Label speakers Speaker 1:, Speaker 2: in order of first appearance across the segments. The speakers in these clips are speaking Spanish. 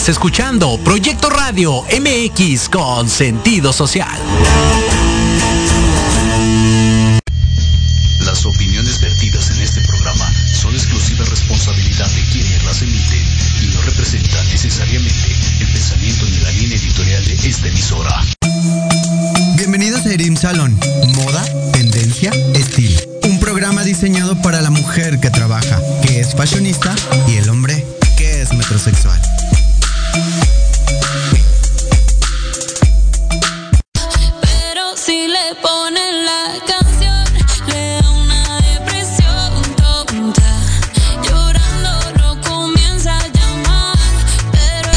Speaker 1: escuchando Proyecto Radio MX con sentido social.
Speaker 2: Las opiniones vertidas en este programa son exclusiva responsabilidad de quienes las emiten y no representan necesariamente el pensamiento ni la línea editorial de esta emisora.
Speaker 3: Bienvenidos a Erim Salón, moda, tendencia, estilo. Un programa diseñado para la mujer que trabaja, que es fashionista, y el hombre que es metrosexual.
Speaker 4: Pero si le ponen la canción, le da una depresión tonta. Llorando no comienza a llamar, pero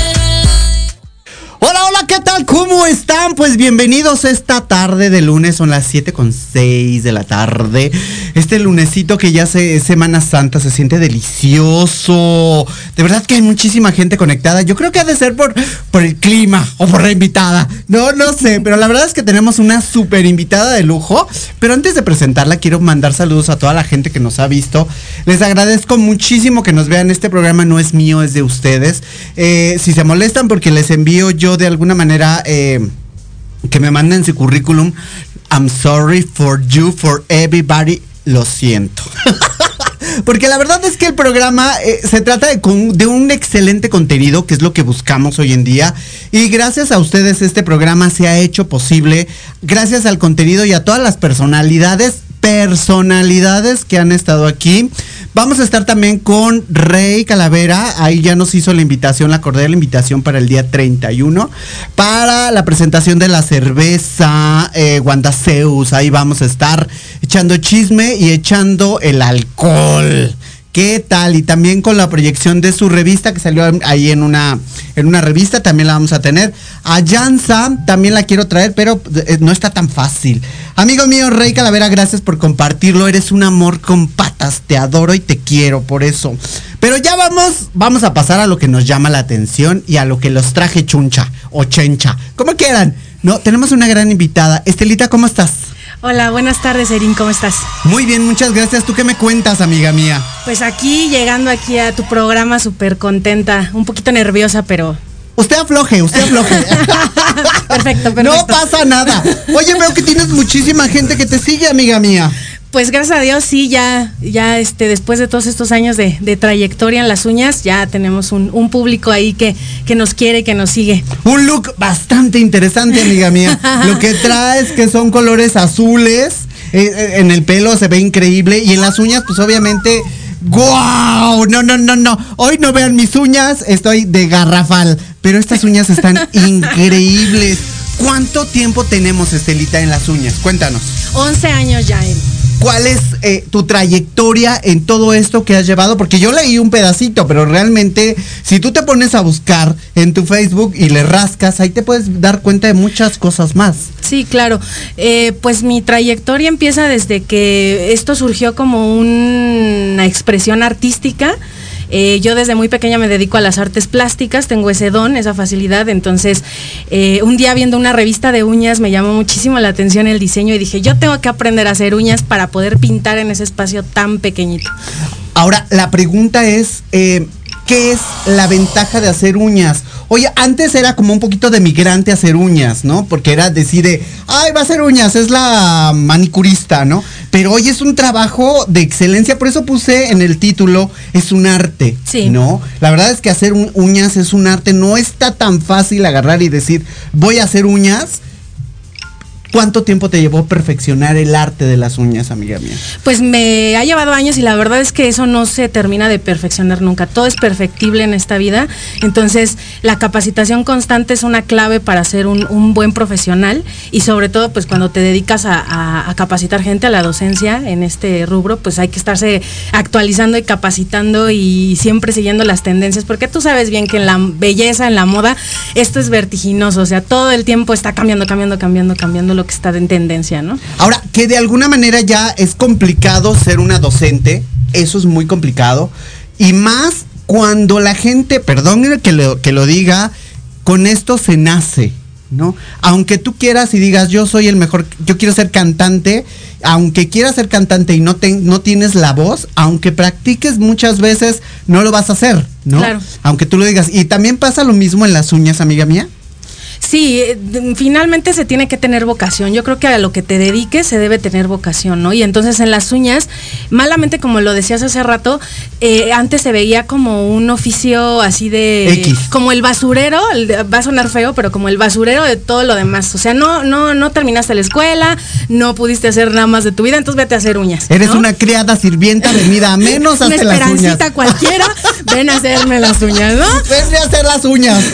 Speaker 3: Hola, hola, ¿qué tal? ¿Cómo están? Pues bienvenidos esta tarde de lunes, son las 7:06 de la tarde. Este lunesito que ya es Semana Santa, se siente delicioso. De verdad que hay muchísima gente conectada. Yo creo que ha de ser por el clima o por la invitada. No sé, pero la verdad es que tenemos una súper invitada de lujo. Pero antes de presentarla, quiero mandar saludos a toda la gente que nos ha visto. Les agradezco muchísimo que nos vean. Este programa no es mío, es de ustedes. Si se molestan porque les envío yo de alguna manera que me manden su currículum, I'm sorry for you, for everybody. Lo siento. Porque la verdad es que el programa se trata de un excelente contenido, que es lo que buscamos hoy en día. Y gracias a ustedes este programa se ha hecho posible, gracias al contenido y a todas las personalidades que han estado aquí. Vamos a estar también con Rey Calavera. Ahí ya nos hizo la invitación, la cordial invitación para el día 31 para la presentación de la cerveza Wandaceus. Ahí vamos a estar echando chisme y echando el alcohol. ¿Qué tal? Y también con la proyección de su revista que salió ahí en una revista, también la vamos a tener. A Yansa también la quiero traer, pero no está tan fácil. Amigo mío, Rey Calavera, gracias por compartirlo. Eres un amor con patas, te adoro y te quiero por eso. Pero ya vamos a pasar a lo que nos llama la atención y a lo que los traje chuncha o chencha, como quieran. No, tenemos una gran invitada. Estelita, ¿cómo estás?
Speaker 5: Hola, buenas tardes, Erin, ¿cómo estás?
Speaker 3: Muy bien, muchas gracias. ¿Tú qué me cuentas, amiga mía?
Speaker 5: Pues aquí, llegando aquí a tu programa, súper contenta, un poquito nerviosa, pero...
Speaker 3: Usted afloje.
Speaker 5: Perfecto.
Speaker 3: No pasa nada. Oye, veo que tienes muchísima gente que te sigue, amiga mía.
Speaker 5: Pues gracias a Dios, sí, ya después de todos estos años de trayectoria en las uñas, ya tenemos un público ahí que nos quiere, que nos sigue.
Speaker 3: Un look bastante interesante, amiga mía. Lo que traes que son colores azules, en el pelo se ve increíble y en las uñas, pues obviamente... ¡Guau! No. Hoy no vean mis uñas, estoy de garrafal. Pero estas uñas están increíbles. ¿Cuánto tiempo tenemos, Estelita, en las uñas? Cuéntanos.
Speaker 5: 11 años ya, Erin.
Speaker 3: ¿Cuál es tu trayectoria en todo esto que has llevado? Porque yo leí un pedacito, pero realmente si tú te pones a buscar en tu Facebook y le rascas, ahí te puedes dar cuenta de muchas cosas más.
Speaker 5: Sí, claro. Pues mi trayectoria empieza desde que esto surgió como una expresión artística. Yo desde muy pequeña me dedico a las artes plásticas, tengo ese don, esa facilidad, entonces un día viendo una revista de uñas me llamó muchísimo la atención el diseño y dije, yo tengo que aprender a hacer uñas para poder pintar en ese espacio tan pequeñito.
Speaker 3: Ahora, la pregunta es, ¿qué es la ventaja de hacer uñas? Oye, antes era como un poquito de migrante hacer uñas, ¿no? Porque era decir, ay, va a hacer uñas, es la manicurista, ¿no? Pero hoy es un trabajo de excelencia, por eso puse en el título, es un arte,
Speaker 5: sí,
Speaker 3: ¿no? La verdad es que hacer uñas es un arte, no está tan fácil agarrar y decir, voy a hacer uñas. ¿Cuánto tiempo te llevó perfeccionar el arte de las uñas, amiga mía?
Speaker 5: Pues me ha llevado años y la verdad es que eso no se termina de perfeccionar nunca. Todo es perfectible en esta vida. Entonces, la capacitación constante es una clave para ser un buen profesional y sobre todo, pues cuando te dedicas a capacitar gente, a la docencia en este rubro, pues hay que estarse actualizando y capacitando y siempre siguiendo las tendencias, porque tú sabes bien que en la belleza, en la moda, esto es vertiginoso. O sea, todo el tiempo está cambiando lo que está en tendencia, ¿no?
Speaker 3: Ahora, que de alguna manera ya es complicado ser una docente, eso es muy complicado, y más cuando la gente, perdón que lo diga, con esto se nace, ¿no? Aunque tú quieras y digas, yo soy el mejor, yo quiero ser cantante, aunque quieras ser cantante y no tienes la voz, aunque practiques muchas veces, no lo vas a hacer, ¿no?
Speaker 5: Claro.
Speaker 3: Aunque tú lo digas. Y también pasa lo mismo en las uñas, amiga mía.
Speaker 5: Sí, finalmente se tiene que tener vocación. Yo creo que a lo que te dediques se debe tener vocación, ¿no? Y entonces en las uñas, malamente como lo decías hace rato, antes se veía como un oficio así de...
Speaker 3: X.
Speaker 5: Como el basurero, va a sonar feo, pero como el basurero de todo lo demás. O sea, no terminaste la escuela, no pudiste hacer nada más de tu vida, entonces vete a hacer uñas, ¿no?
Speaker 3: Eres una criada sirvienta venida a menos
Speaker 5: una
Speaker 3: hacer las uñas.
Speaker 5: esperancita cualquiera, ven a hacerme las uñas, ¿no?
Speaker 3: Ven a hacer las uñas.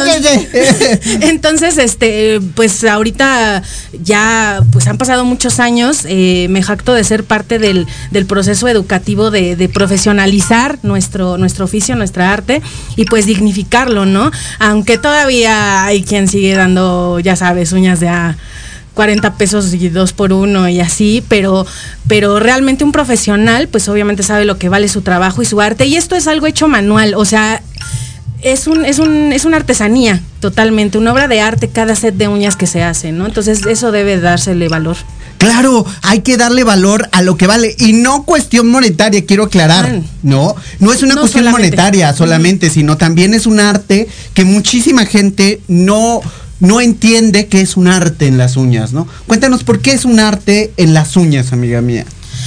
Speaker 5: Entonces, pues ahorita ya pues han pasado muchos años, me jacto de ser parte del proceso educativo de profesionalizar nuestro oficio, nuestra arte y pues dignificarlo, ¿no? Aunque todavía hay quien sigue dando, ya sabes, uñas de a 40 pesos y 2 por 1 y así, pero realmente un profesional pues obviamente sabe lo que vale su trabajo y su arte, y esto es algo hecho manual, o sea, es una artesanía totalmente, una obra de arte cada set de uñas que se hace, ¿no? Entonces eso debe dársele valor.
Speaker 3: Claro, hay que darle valor a lo que vale y no cuestión monetaria, quiero aclarar, no es una cuestión monetaria solamente, sino también es un arte que muchísima gente no entiende que es un arte en las uñas, ¿no? Cuéntanos por qué es un arte en las uñas, amiga mía.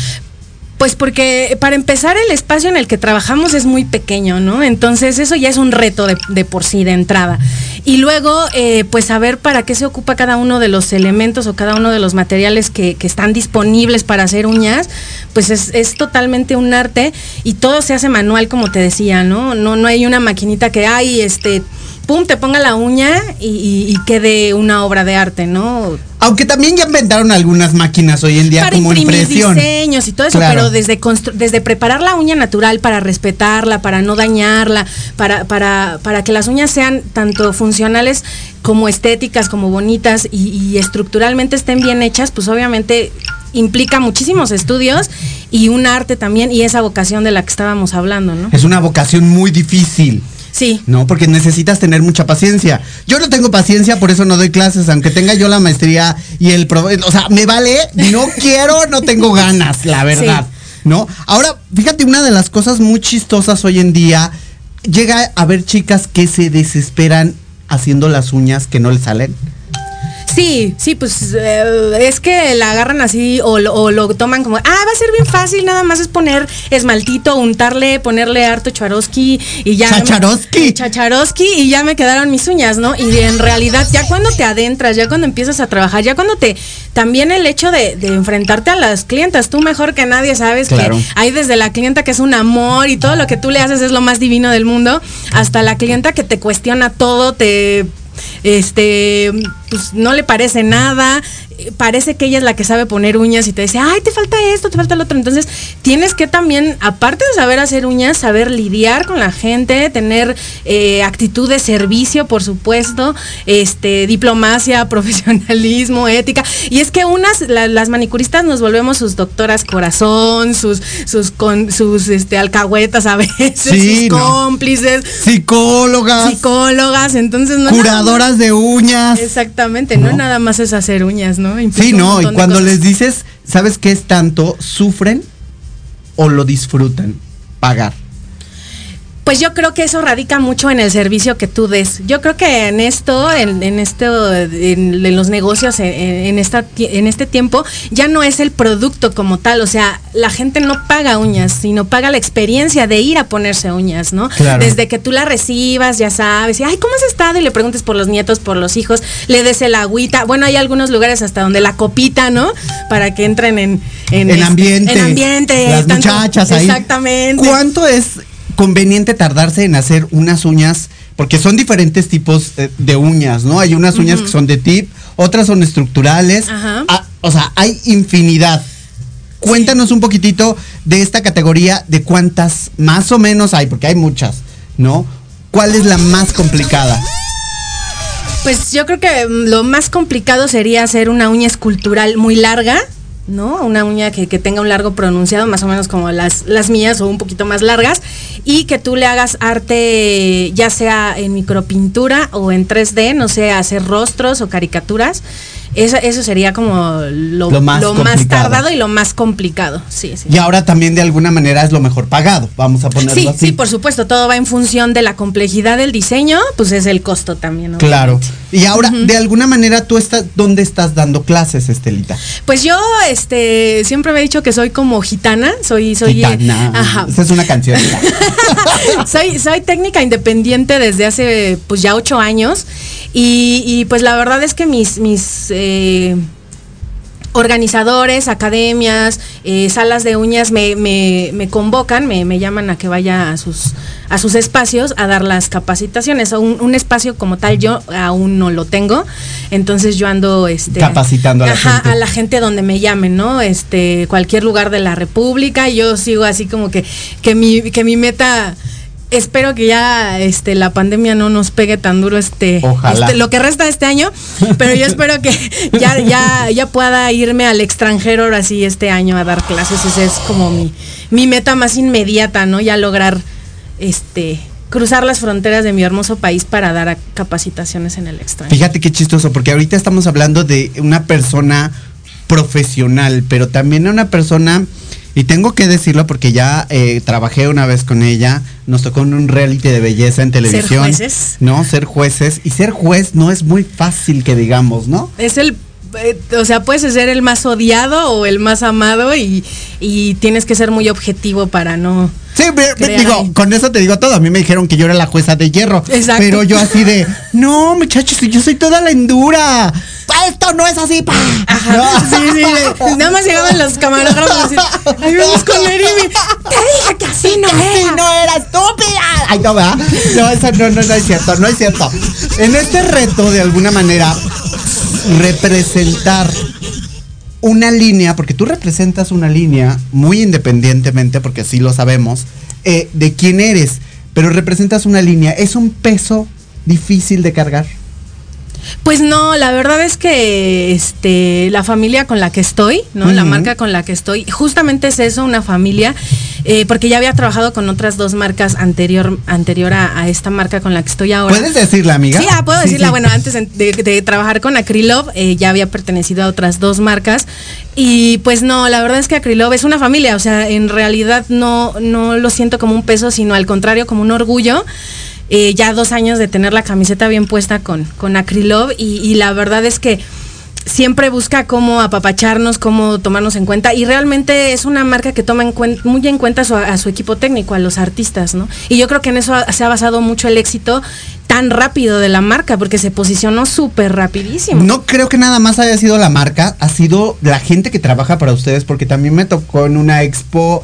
Speaker 5: Pues porque para empezar el espacio en el que trabajamos es muy pequeño, ¿no? Entonces eso ya es un reto de por sí, de entrada. Y luego, pues saber para qué se ocupa cada uno de los elementos o cada uno de los materiales que están disponibles para hacer uñas, pues es totalmente un arte y todo se hace manual, como te decía, ¿no? No hay una maquinita que pum, te ponga la uña y quede una obra de arte, ¿no?
Speaker 3: Aunque también ya inventaron algunas máquinas hoy en día
Speaker 5: para
Speaker 3: como
Speaker 5: imprimir
Speaker 3: impresión.
Speaker 5: Diseños y todo eso, claro. Pero desde preparar la uña natural para respetarla, para no dañarla, para que las uñas sean tanto funcionales como estéticas, como bonitas y estructuralmente estén bien hechas, pues obviamente implica muchísimos estudios y un arte también y esa vocación de la que estábamos hablando, ¿no?
Speaker 3: Es una vocación muy difícil.
Speaker 5: Sí.
Speaker 3: No, porque necesitas tener mucha paciencia. Yo no tengo paciencia, por eso no doy clases, aunque tenga yo la maestría y o sea, me vale, no quiero, no tengo ganas, la verdad. Sí. ¿No? Ahora, fíjate, una de las cosas muy chistosas hoy en día, llega a haber chicas que se desesperan haciendo las uñas que no les salen.
Speaker 5: Sí, pues es que la agarran así o lo toman como, va a ser bien fácil, nada más es poner esmaltito, untarle, ponerle harto Swarovski y ya. Chacharosky y ya me quedaron mis uñas, ¿no? Y en realidad ya cuando te adentras, ya cuando empiezas a trabajar, ya cuando también el hecho de enfrentarte a las clientas, tú mejor que nadie sabes, claro, que hay desde la clienta que es un amor y todo lo que tú le haces es lo más divino del mundo, hasta la clienta que te cuestiona todo, pues no le parece nada, parece que ella es la que sabe poner uñas y te dice, ay, te falta esto, te falta lo otro. Entonces tienes que también, aparte de saber hacer uñas, saber lidiar con la gente, tener actitud de servicio, por supuesto, diplomacia, profesionalismo, ética. Y es que las manicuristas nos volvemos sus doctoras corazón, sus alcahuetas a veces, sí, sus cómplices, psicólogas, entonces no
Speaker 3: curadoras de uñas.
Speaker 5: Exactamente, no nada más es hacer uñas, ¿no? Implica
Speaker 3: sí, no, y cuando les dices, ¿sabes qué es tanto? ¿Sufren o lo disfrutan? Pagar.
Speaker 5: Pues yo creo que eso radica mucho en el servicio que tú des. Yo creo que en los negocios, en este tiempo, ya no es el producto como tal. O sea, la gente no paga uñas, sino paga la experiencia de ir a ponerse uñas, ¿no?
Speaker 3: Claro.
Speaker 5: Desde que tú la recibas, ya sabes, y, ay, ¿cómo has estado? Y le preguntes por los nietos, por los hijos, le des el agüita. Bueno, hay algunos lugares hasta donde la copita, ¿no? Para que entren en
Speaker 3: ambiente.
Speaker 5: En ambiente.
Speaker 3: Las muchachas ahí.
Speaker 5: Exactamente.
Speaker 3: ¿Cuánto es conveniente tardarse en hacer unas uñas? Porque son diferentes tipos de uñas, ¿no? Hay unas uñas que son de tip, otras son estructurales. O sea, hay infinidad. Cuéntanos un poquitito de esta categoría, de cuántas más o menos hay, porque hay muchas, ¿no? ¿Cuál es la más complicada?
Speaker 5: Pues yo creo que lo más complicado sería hacer una uña escultural muy larga, ¿no? Una uña que tenga un largo pronunciado, más o menos como las mías o un poquito más largas, y que tú le hagas arte, ya sea en micropintura o en 3D, no sé, hacer rostros o caricaturas. Eso sería como lo más tardado y lo más complicado. Sí.
Speaker 3: Y ahora también de alguna manera es lo mejor pagado, vamos a ponerlo así.
Speaker 5: Sí, por supuesto, todo va en función de la complejidad del diseño, pues es el costo también, obviamente.
Speaker 3: Claro. Y ahora, de alguna manera, ¿dónde estás dando clases, Estelita?
Speaker 5: Pues yo, siempre me he dicho que soy como gitana, soy
Speaker 3: gitana.
Speaker 5: Ajá.
Speaker 3: Esa es una canción.
Speaker 5: soy técnica independiente desde hace, pues ya 8 años, y pues la verdad es que mis organizadores, academias, salas de uñas me convocan, me llaman a que vaya a sus espacios a dar las capacitaciones. Un espacio como tal yo aún no lo tengo, entonces yo ando
Speaker 3: capacitando a la gente.
Speaker 5: A la gente donde me llamen, ¿no? Cualquier lugar de la República. Yo sigo así como que mi meta. Espero que ya la pandemia no nos pegue tan duro
Speaker 3: Ojalá.
Speaker 5: Lo que resta de este año, pero yo espero que ya pueda irme al extranjero ahora sí este año a dar clases. Esa es como mi meta más inmediata, ¿no? Ya lograr cruzar las fronteras de mi hermoso país para dar capacitaciones en el extranjero.
Speaker 3: Fíjate qué chistoso, porque ahorita estamos hablando de una persona profesional, pero también una persona, y tengo que decirlo porque ya trabajé una vez con ella, nos tocó en un reality de belleza en televisión.
Speaker 5: Ser jueces.
Speaker 3: No, ser jueces. Y ser juez no es muy fácil que digamos, ¿no?
Speaker 5: Es puedes ser el más odiado o el más amado y tienes que ser muy objetivo para no...
Speaker 3: Sí, digo, con eso te digo todo. A mí me dijeron que yo era la jueza de hierro.
Speaker 5: Exacto.
Speaker 3: Pero yo así de, no, muchachos, yo soy toda la endura. Esto no es así, pa.
Speaker 5: Ajá.
Speaker 3: No.
Speaker 5: Sí. Nada más llegaban los camarógrafos y decían, ay, vamos con Erimi. Te dije que así no era.
Speaker 3: Así no era, estúpida. Ay, no, ¿verdad? No, eso no es cierto, no es cierto. En este reto, de alguna manera, representar una línea, porque tú representas una línea muy independientemente, porque sí lo sabemos, de quién eres, pero representas una línea. ¿Es un peso difícil de cargar?
Speaker 5: Pues no, la verdad es que la familia con la que estoy, ¿no? Uh-huh. La marca con la que estoy, justamente es eso, una familia, porque ya había trabajado con otras 2 marcas anterior a esta marca con la que estoy ahora.
Speaker 3: ¿Puedes decirla, amiga?
Speaker 5: Sí, puedo decirla. Sí. Bueno, antes de trabajar con Acrylove, ya había pertenecido a otras 2 marcas, y pues no, la verdad es que Acrylove es una familia, o sea, en realidad no lo siento como un peso, sino al contrario, como un orgullo. Ya 2 años de tener la camiseta bien puesta con Acrylove, y la verdad es que siempre busca cómo apapacharnos, cómo tomarnos en cuenta, y realmente es una marca que toma muy en cuenta a su equipo técnico, a los artistas, ¿no? Y yo creo que en eso se ha basado mucho el éxito tan rápido de la marca, porque se posicionó súper rapidísimo.
Speaker 3: No creo que nada más haya sido la marca, ha sido la gente que trabaja para ustedes, porque también me tocó en una expo,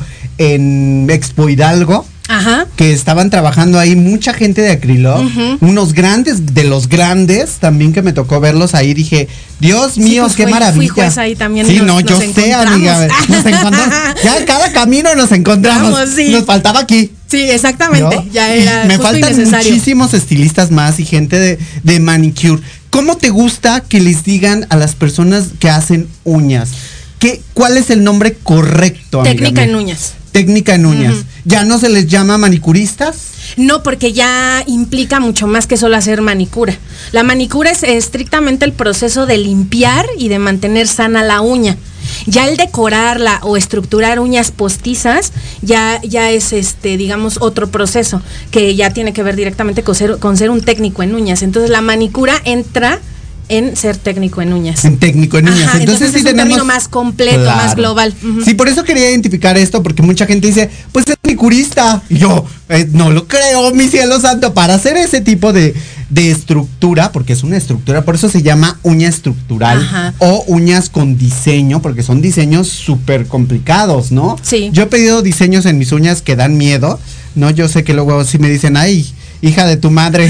Speaker 3: en Expo Hidalgo.
Speaker 5: Ajá.
Speaker 3: Que estaban trabajando ahí mucha gente de Acrylove, uh-huh. Unos grandes de los grandes también, que me tocó verlos ahí. Dije, Dios mío, pues qué maravilla.
Speaker 5: Fui juez ahí también.
Speaker 3: Sí, yo sé, amiga, nos encontramos. Ya en cada camino nos encontramos.
Speaker 5: Vamos, sí.
Speaker 3: Nos faltaba aquí.
Speaker 5: Sí, exactamente. ¿No? Ya era
Speaker 3: me faltan muchísimos estilistas más y gente de manicure. ¿Cómo te gusta que les digan a las personas que hacen uñas? ¿Cuál es el nombre correcto, amiga?
Speaker 5: Técnica en uñas.
Speaker 3: Técnica en uñas. Uh-huh. ¿Ya no se les llama manicuristas?
Speaker 5: No, porque ya implica mucho más que solo hacer manicura. La manicura es estrictamente el proceso de limpiar y de mantener sana la uña. Ya el decorarla o estructurar uñas postizas ya es digamos otro proceso que ya tiene que ver directamente con ser un técnico en uñas. Entonces la manicura entra en ser técnico en uñas.
Speaker 3: En técnico en uñas.
Speaker 5: Ajá, entonces sí, es un término más completo, claro, más global. Uh-huh.
Speaker 3: Sí, por eso quería identificar esto, porque mucha gente dice, pues es manicurista. Y yo, no lo creo, mi cielo santo. Para hacer ese tipo de estructura, porque es una estructura, por eso se llama uña estructural. Ajá. O uñas con diseño, porque son diseños súper complicados, ¿no?
Speaker 5: Sí.
Speaker 3: Yo he pedido diseños en mis uñas que dan miedo, ¿no? Yo sé que luego sí me dicen, ay, hija de tu madre,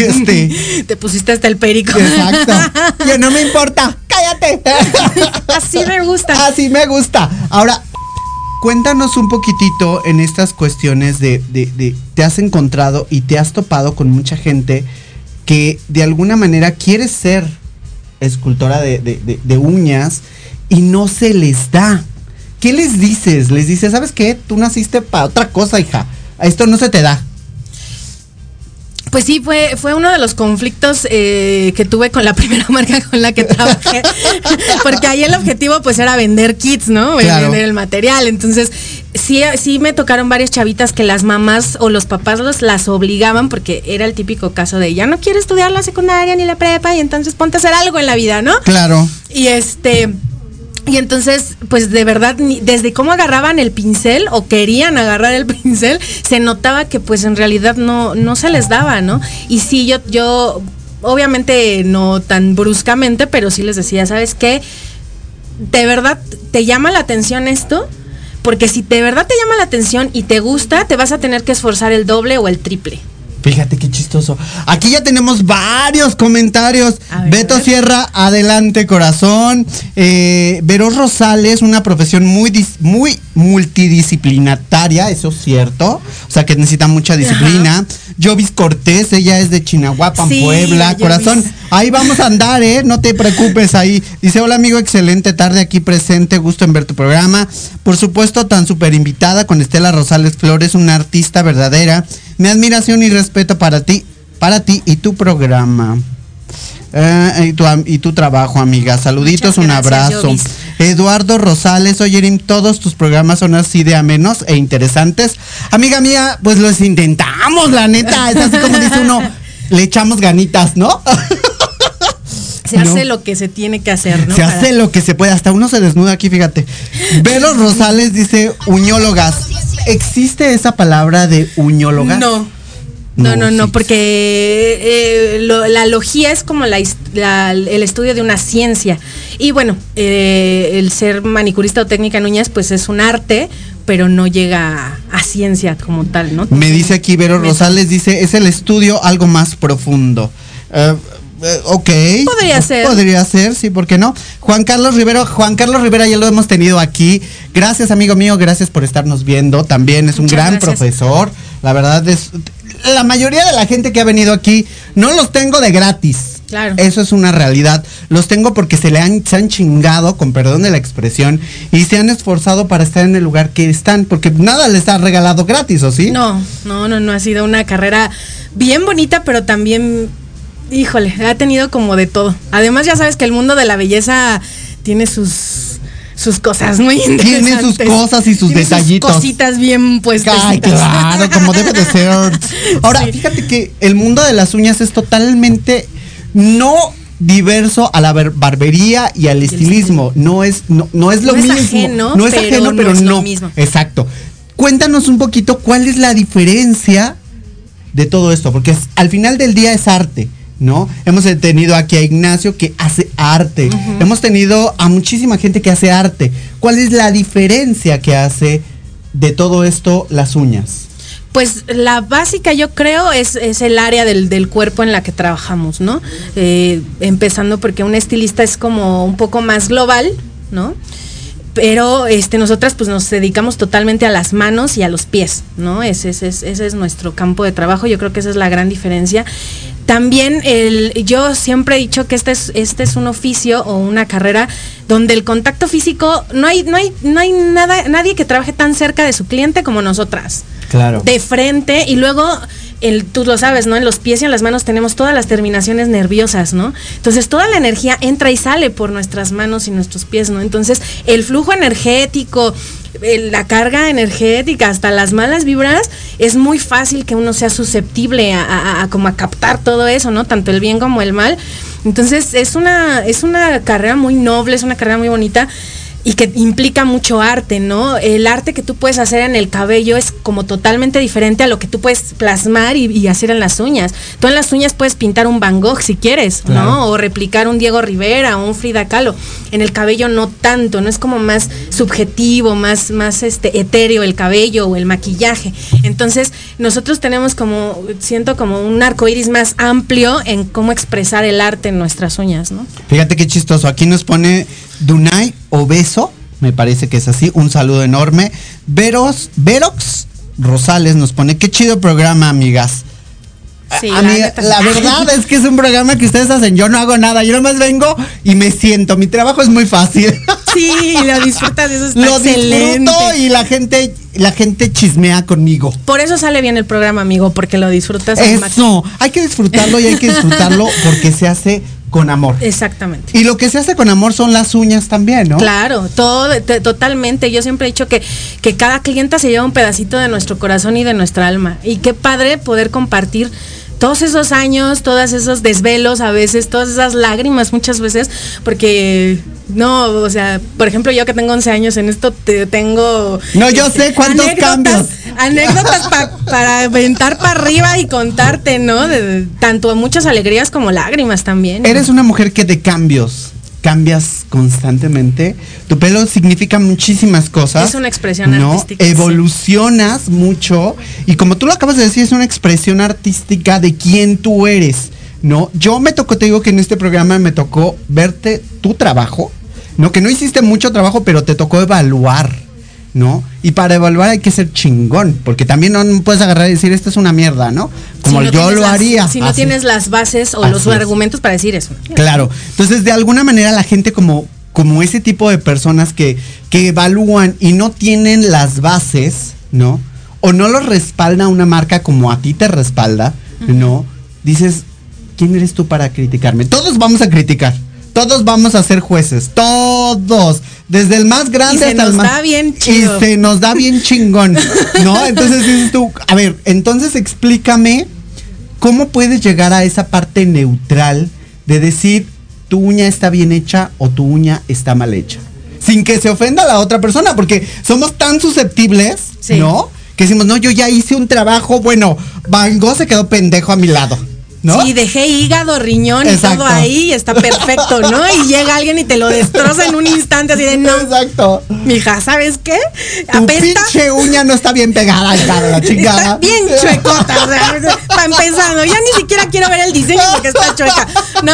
Speaker 5: te pusiste hasta el perico.
Speaker 3: Exacto. Yo, no me importa, cállate.
Speaker 5: Así me gusta.
Speaker 3: Así me gusta. Ahora, cuéntanos un poquitito en estas cuestiones de te has encontrado y te has topado con mucha gente que de alguna manera quiere ser escultora de uñas y no se les da. ¿Qué les dices? Les dices, ¿sabes qué? Tú naciste para otra cosa, hija. Esto no se te da.
Speaker 5: Pues sí, fue uno de los conflictos que tuve con la primera marca con la que trabajé, porque ahí el objetivo pues era vender kits, ¿no?
Speaker 3: Claro.
Speaker 5: Vender el material. Entonces sí me tocaron varias chavitas que las mamás o los papás las obligaban, porque era el típico caso de ya no quiero estudiar la secundaria ni la prepa y entonces ponte a hacer algo en la vida, ¿no?
Speaker 3: Claro.
Speaker 5: Y entonces, pues de verdad, desde cómo agarraban el pincel o querían agarrar el pincel, se notaba que pues en realidad no se les daba, ¿no? Y sí, yo obviamente no tan bruscamente, pero sí les decía, ¿sabes qué? ¿De verdad te llama la atención esto? Porque si de verdad te llama la atención y te gusta, te vas a tener que esforzar el doble o el triple.
Speaker 3: Fíjate qué chistoso. Aquí ya tenemos varios comentarios. Beto Sierra, adelante, corazón. Vero Rosales, una profesión muy multidisciplinaria, eso es cierto. O sea, que necesita mucha disciplina. Ajá. Jovis Cortés, ella es de Chinahuapan, sí, Puebla. Corazón, ahí vamos a andar, no te preocupes ahí. Dice, hola amigo, excelente tarde aquí presente, gusto en ver tu programa. Por supuesto, tan súper invitada con Estela Rosales Flores, una artista verdadera. Mi admiración y respeto para ti y tu programa. Y tu trabajo, amiga. Saluditos, un abrazo. Jovis. Eduardo Rosales, oye, Erin, todos tus programas son así de amenos e interesantes. Amiga mía, pues los intentamos, la neta. Es así como dice uno, le echamos ganitas, ¿no?
Speaker 5: Se hace lo que se tiene que hacer, ¿no?
Speaker 3: Se hace lo que se puede. Hasta uno se desnuda aquí, fíjate. Vero Rosales dice, uñólogas. ¿Existe esa palabra de uñóloga?
Speaker 5: No, porque la logía es como el estudio de una ciencia. Y bueno, el ser manicurista o técnica en uñas, pues es un arte, pero no llega a ciencia como tal, ¿no?
Speaker 3: Me dice aquí Vero Rosales, dice, es el estudio algo más profundo. Ok. Podría ser, sí, ¿por qué no? Juan Carlos Rivera ya lo hemos tenido aquí. Gracias, amigo mío, gracias por estarnos viendo. También es un gran profesor. La verdad es, la mayoría de la gente que ha venido aquí, no los tengo de gratis.
Speaker 5: Claro.
Speaker 3: Eso es una realidad. Los tengo porque se han chingado, con perdón de la expresión, y se han esforzado para estar en el lugar que están, porque nada les ha regalado gratis, ¿o sí?
Speaker 5: No, ha sido una carrera bien bonita, pero también... Híjole, ha tenido como de todo. Además, ya sabes que el mundo de la belleza tiene sus cosas muy interesantes.
Speaker 3: Tiene sus cosas y sus detallitos.
Speaker 5: Sus cositas bien puestas.
Speaker 3: Ay, claro, como debe de ser. Ahora, sí. Fíjate que el mundo de las uñas es totalmente no diverso a la barbería y al estilismo. No es lo mismo.
Speaker 5: Ajeno,
Speaker 3: no es ajeno, pero
Speaker 5: es
Speaker 3: no.
Speaker 5: Lo mismo.
Speaker 3: Exacto. Cuéntanos un poquito cuál es la diferencia de todo esto, porque al final del día es arte, ¿no? Hemos tenido aquí a Ignacio que hace arte. Uh-huh. Hemos tenido a muchísima gente que hace arte. ¿Cuál es la diferencia que hace de todo esto las uñas?
Speaker 5: Pues la básica, yo creo, es el área del cuerpo en la que trabajamos, ¿no? Empezando porque un estilista es como un poco más global, ¿no? Pero nosotras pues nos dedicamos totalmente a las manos y a los pies, ¿no? Ese es nuestro campo de trabajo. Yo creo que esa es la gran diferencia. También yo siempre he dicho que este es un oficio o una carrera donde el contacto físico no hay nadie que trabaje tan cerca de su cliente como nosotras.
Speaker 3: Claro.
Speaker 5: De frente, y luego tú lo sabes, ¿no? En los pies y en las manos tenemos todas las terminaciones nerviosas, ¿no? Entonces toda la energía entra y sale por nuestras manos y nuestros pies, ¿no? Entonces el flujo energético, la carga energética, hasta las malas vibras, es muy fácil que uno sea susceptible a como a captar todo eso, ¿no? Tanto el bien como el mal. Entonces es una carrera muy noble, es una carrera muy bonita. Y que implica mucho arte, ¿no? El arte que tú puedes hacer en el cabello es como totalmente diferente a lo que tú puedes plasmar y hacer en las uñas. Tú en las uñas puedes pintar un Van Gogh si quieres, claro, ¿no? O replicar un Diego Rivera o un Frida Kahlo. En el cabello no tanto, no es como más subjetivo, más etéreo el cabello o el maquillaje. Entonces, nosotros tenemos siento como un arcoíris más amplio en cómo expresar el arte en nuestras uñas, ¿no?
Speaker 3: Fíjate qué chistoso. Aquí nos pone Dunay Obeso, me parece que es así, un saludo enorme. Verox Rosales nos pone, qué chido programa, amigas. Sí, amiga, la verdad es que es un programa que ustedes hacen, yo no hago nada, yo nomás vengo y me siento, mi trabajo es muy fácil.
Speaker 5: Sí, lo disfrutas, eso está
Speaker 3: Lo
Speaker 5: excelente.
Speaker 3: disfruto y la gente chismea conmigo.
Speaker 5: Por eso sale bien el programa, amigo, porque lo disfrutas al máximo.
Speaker 3: Eso, hay que disfrutarlo y hay que disfrutarlo porque se hace con amor.
Speaker 5: Exactamente.
Speaker 3: Y lo que se hace con amor son las uñas también, ¿no?
Speaker 5: Claro, totalmente. Yo siempre he dicho que cada clienta se lleva un pedacito de nuestro corazón y de nuestra alma. Y qué padre poder compartir todos esos años, todos esos desvelos a veces, todas esas lágrimas muchas veces, porque no, o sea, por ejemplo, yo que tengo 11 años en esto, tengo...
Speaker 3: No, yo sé cuántos cambios.
Speaker 5: Anécdotas para aventar para arriba y contarte, ¿no? De tanto muchas alegrías como lágrimas también.
Speaker 3: Eres una mujer que de cambias constantemente. Tu pelo significa muchísimas cosas.
Speaker 5: Es una expresión
Speaker 3: ¿no?
Speaker 5: artística.
Speaker 3: Evolucionas mucho y como tú lo acabas de decir, es una expresión artística de quién tú eres, ¿no? Yo te digo que en este programa me tocó verte tu trabajo, ¿no? Que no hiciste mucho trabajo, pero te tocó evaluar, ¿no? Y para evaluar hay que ser chingón, porque también no puedes agarrar y decir, esta es una mierda, ¿no? Como
Speaker 5: si no
Speaker 3: yo lo haría.
Speaker 5: Si no
Speaker 3: así.
Speaker 5: tienes las bases o
Speaker 3: Así
Speaker 5: los
Speaker 3: es.
Speaker 5: argumentos para decir eso.
Speaker 3: Claro. Entonces, de alguna manera la gente como ese tipo de personas que evalúan y no tienen las bases, ¿no? O no lo respalda una marca como a ti te respalda, ¿no? Dices, ¿quién eres tú para criticarme? Todos vamos a criticar. Todos vamos a ser jueces, todos, desde el más grande hasta el más...
Speaker 5: Y se nos da bien chido.
Speaker 3: Y se nos da bien chingón, ¿no? Entonces dices tú, a ver, entonces explícame cómo puedes llegar a esa parte neutral de decir tu uña está bien hecha o tu uña está mal hecha. Sin que se ofenda a la otra persona, porque somos tan susceptibles,
Speaker 5: Sí.
Speaker 3: ¿no? Que decimos, no, yo ya hice un trabajo, bueno, Van Gogh se quedó pendejo a mi lado. ¿No?
Speaker 5: Sí, dejé hígado, riñón
Speaker 3: Exacto.
Speaker 5: y todo ahí y está perfecto, ¿no? Y llega alguien y te lo destroza en un instante así de no.
Speaker 3: Exacto.
Speaker 5: Mija, ¿sabes qué?
Speaker 3: Tu
Speaker 5: Apesta.
Speaker 3: pinche uña no está bien pegada, hija de la chingada.
Speaker 5: Está bien chuecota, o sea, para empezando, ya ni siquiera quiero ver el diseño porque está chueca.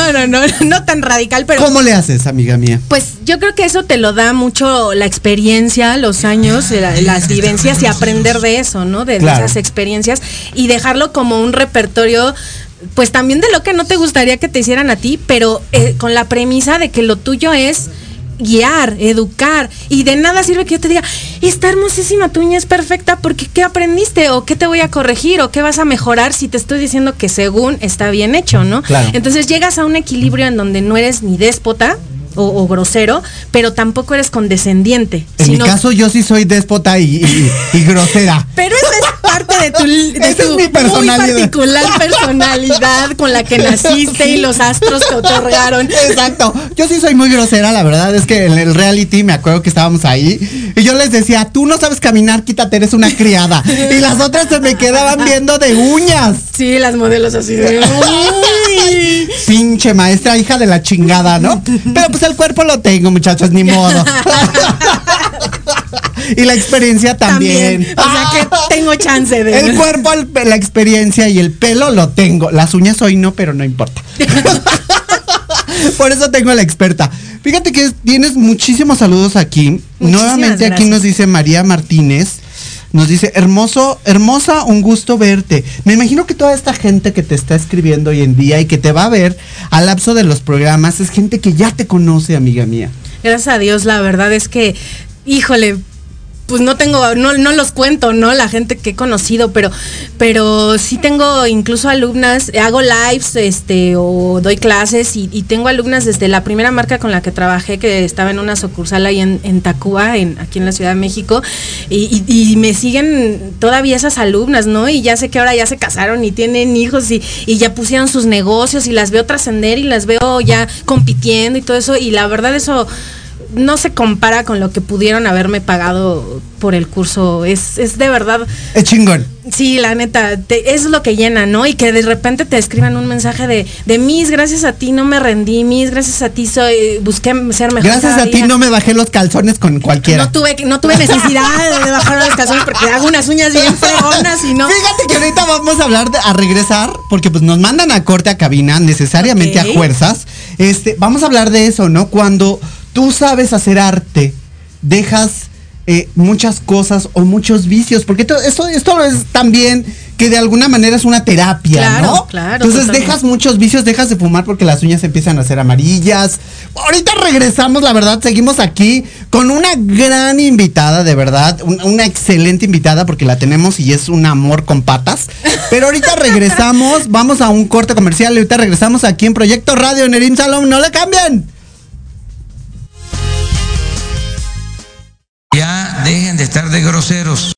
Speaker 5: No tan radical, pero
Speaker 3: ¿Cómo le haces, amiga mía?
Speaker 5: pues yo creo que eso te lo da mucho la experiencia, los años, las vivencias y aprender de eso, ¿no? De
Speaker 3: Claro.
Speaker 5: esas experiencias y dejarlo como un repertorio, pues también de lo que no te gustaría que te hicieran a ti, pero con la premisa de que lo tuyo es guiar, educar, y de nada sirve que yo te diga, está hermosísima, tu uña es perfecta, porque ¿qué aprendiste? ¿O qué te voy a corregir? ¿O qué vas a mejorar si te estoy diciendo que según está bien hecho, ¿no?
Speaker 3: Claro.
Speaker 5: Entonces llegas a un equilibrio en donde no eres ni déspota o grosero, pero tampoco eres condescendiente.
Speaker 3: En mi caso, yo sí soy déspota y grosera.
Speaker 5: Pero esa es parte de tu,
Speaker 3: Esa es mi personalidad.
Speaker 5: muy particular personalidad con la que naciste y los astros te otorgaron.
Speaker 3: Exacto. Yo sí soy muy grosera, la verdad es que en el reality me acuerdo que estábamos ahí y yo les decía, tú no sabes caminar, quítate, eres una criada. Y las otras se me quedaban viendo de uñas.
Speaker 5: Sí, las modelos así de... uy.
Speaker 3: Pinche maestra, hija de la chingada, ¿no? Pero pues el cuerpo lo tengo, muchachos, ni modo. Y la experiencia también.
Speaker 5: O sea que tengo chance de...
Speaker 3: El cuerpo, la experiencia y el pelo lo tengo. Las uñas hoy no, pero no importa. Por eso tengo a la experta. Fíjate que tienes muchísimos saludos aquí.
Speaker 5: Muchísimas
Speaker 3: Nuevamente aquí
Speaker 5: gracias.
Speaker 3: nos dice María Martínez. Nos dice, hermosa, un gusto verte. Me imagino que toda esta gente que te está escribiendo hoy en día y que te va a ver al lapso de los programas es gente que ya te conoce, amiga mía.
Speaker 5: Gracias a Dios, la verdad es que, híjole, pues no los cuento, ¿no? La gente que he conocido, pero sí tengo incluso alumnas, hago lives, o doy clases y tengo alumnas desde la primera marca con la que trabajé, que estaba en una sucursal ahí en Tacuba, aquí en la Ciudad de México, y me siguen todavía esas alumnas, ¿no? Y ya sé que ahora ya se casaron y tienen hijos y ya pusieron sus negocios y las veo trascender y las veo ya compitiendo y todo eso, y la verdad eso no se compara con lo que pudieron haberme pagado por el curso. Es de verdad.
Speaker 3: Es chingón.
Speaker 5: Sí, la neta, es lo que llena, ¿no? Y que de repente te escriban un mensaje de Miss, gracias a ti no me rendí, Miss, gracias a ti busqué ser mejor.
Speaker 3: Gracias
Speaker 5: cada
Speaker 3: a ti
Speaker 5: día.
Speaker 3: no me bajé los calzones con cualquiera.
Speaker 5: No tuve necesidad de bajar los calzones porque hago unas uñas bien fregonas y no.
Speaker 3: Fíjate que ahorita vamos a hablar a regresar, porque pues nos mandan a corte a cabina, necesariamente
Speaker 5: Ok.
Speaker 3: a fuerzas. Vamos a hablar de eso, ¿no? Cuando tú sabes hacer arte, dejas muchas cosas o muchos vicios, porque esto es también que de alguna manera es una terapia,
Speaker 5: Claro,
Speaker 3: ¿no?
Speaker 5: claro,
Speaker 3: Entonces
Speaker 5: totalmente.
Speaker 3: dejas muchos vicios, dejas de fumar porque las uñas empiezan a ser amarillas. Ahorita regresamos, la verdad, seguimos aquí con una gran invitada, de verdad, una excelente invitada porque la tenemos y es un amor con patas. Pero ahorita regresamos, vamos a un corte comercial y ahorita regresamos aquí en Proyecto Radio en Erim Salón, no le cambien.
Speaker 6: Ya dejen de estar de groseros.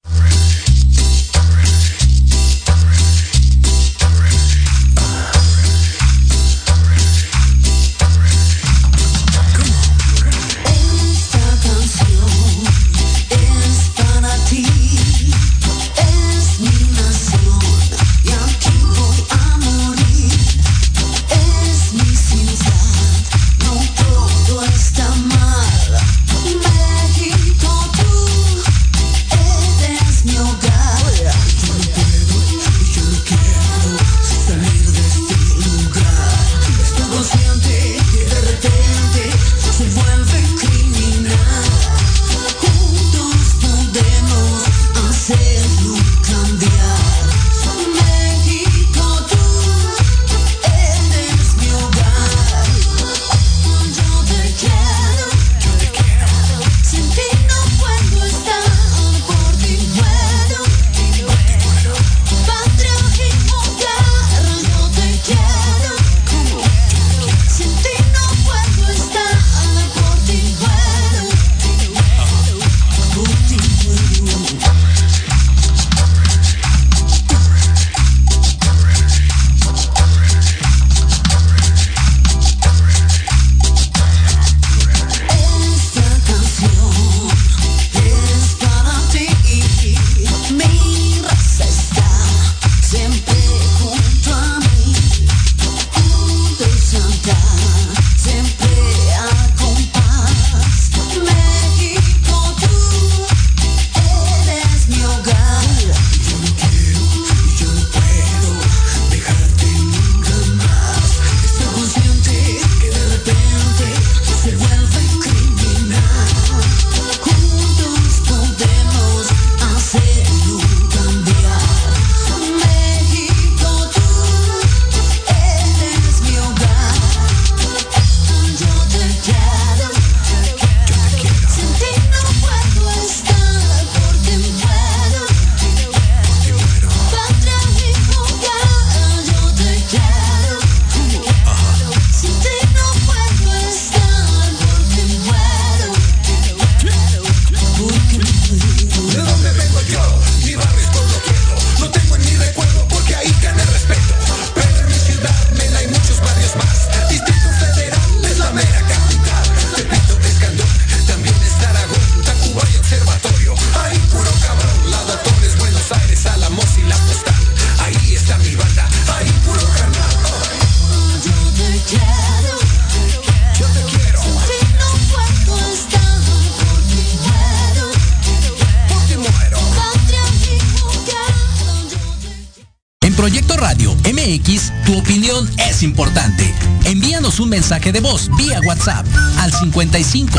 Speaker 1: Proyecto Radio MX, tu opinión es importante. Envíanos un mensaje de voz vía WhatsApp al 55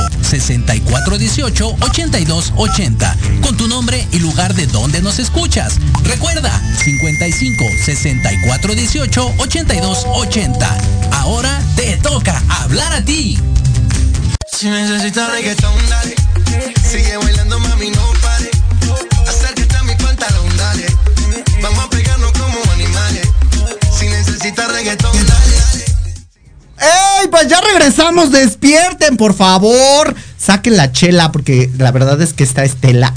Speaker 1: 64 18 82 80 con tu nombre y lugar de donde nos escuchas. Recuerda, 55 64 18 82 80. Ahora te toca hablar a ti.
Speaker 7: Si necesitas reggaetón, dale. Sigue bailando, mami, no pare. Acércate a mi pantalón, dale. Vamos a pegarnos como animales. Si necesitas reggaetón, dale.
Speaker 3: ¡Ey! Pues ya regresamos, despierten, por favor. Saquen la chela, porque la verdad es que esta Estela.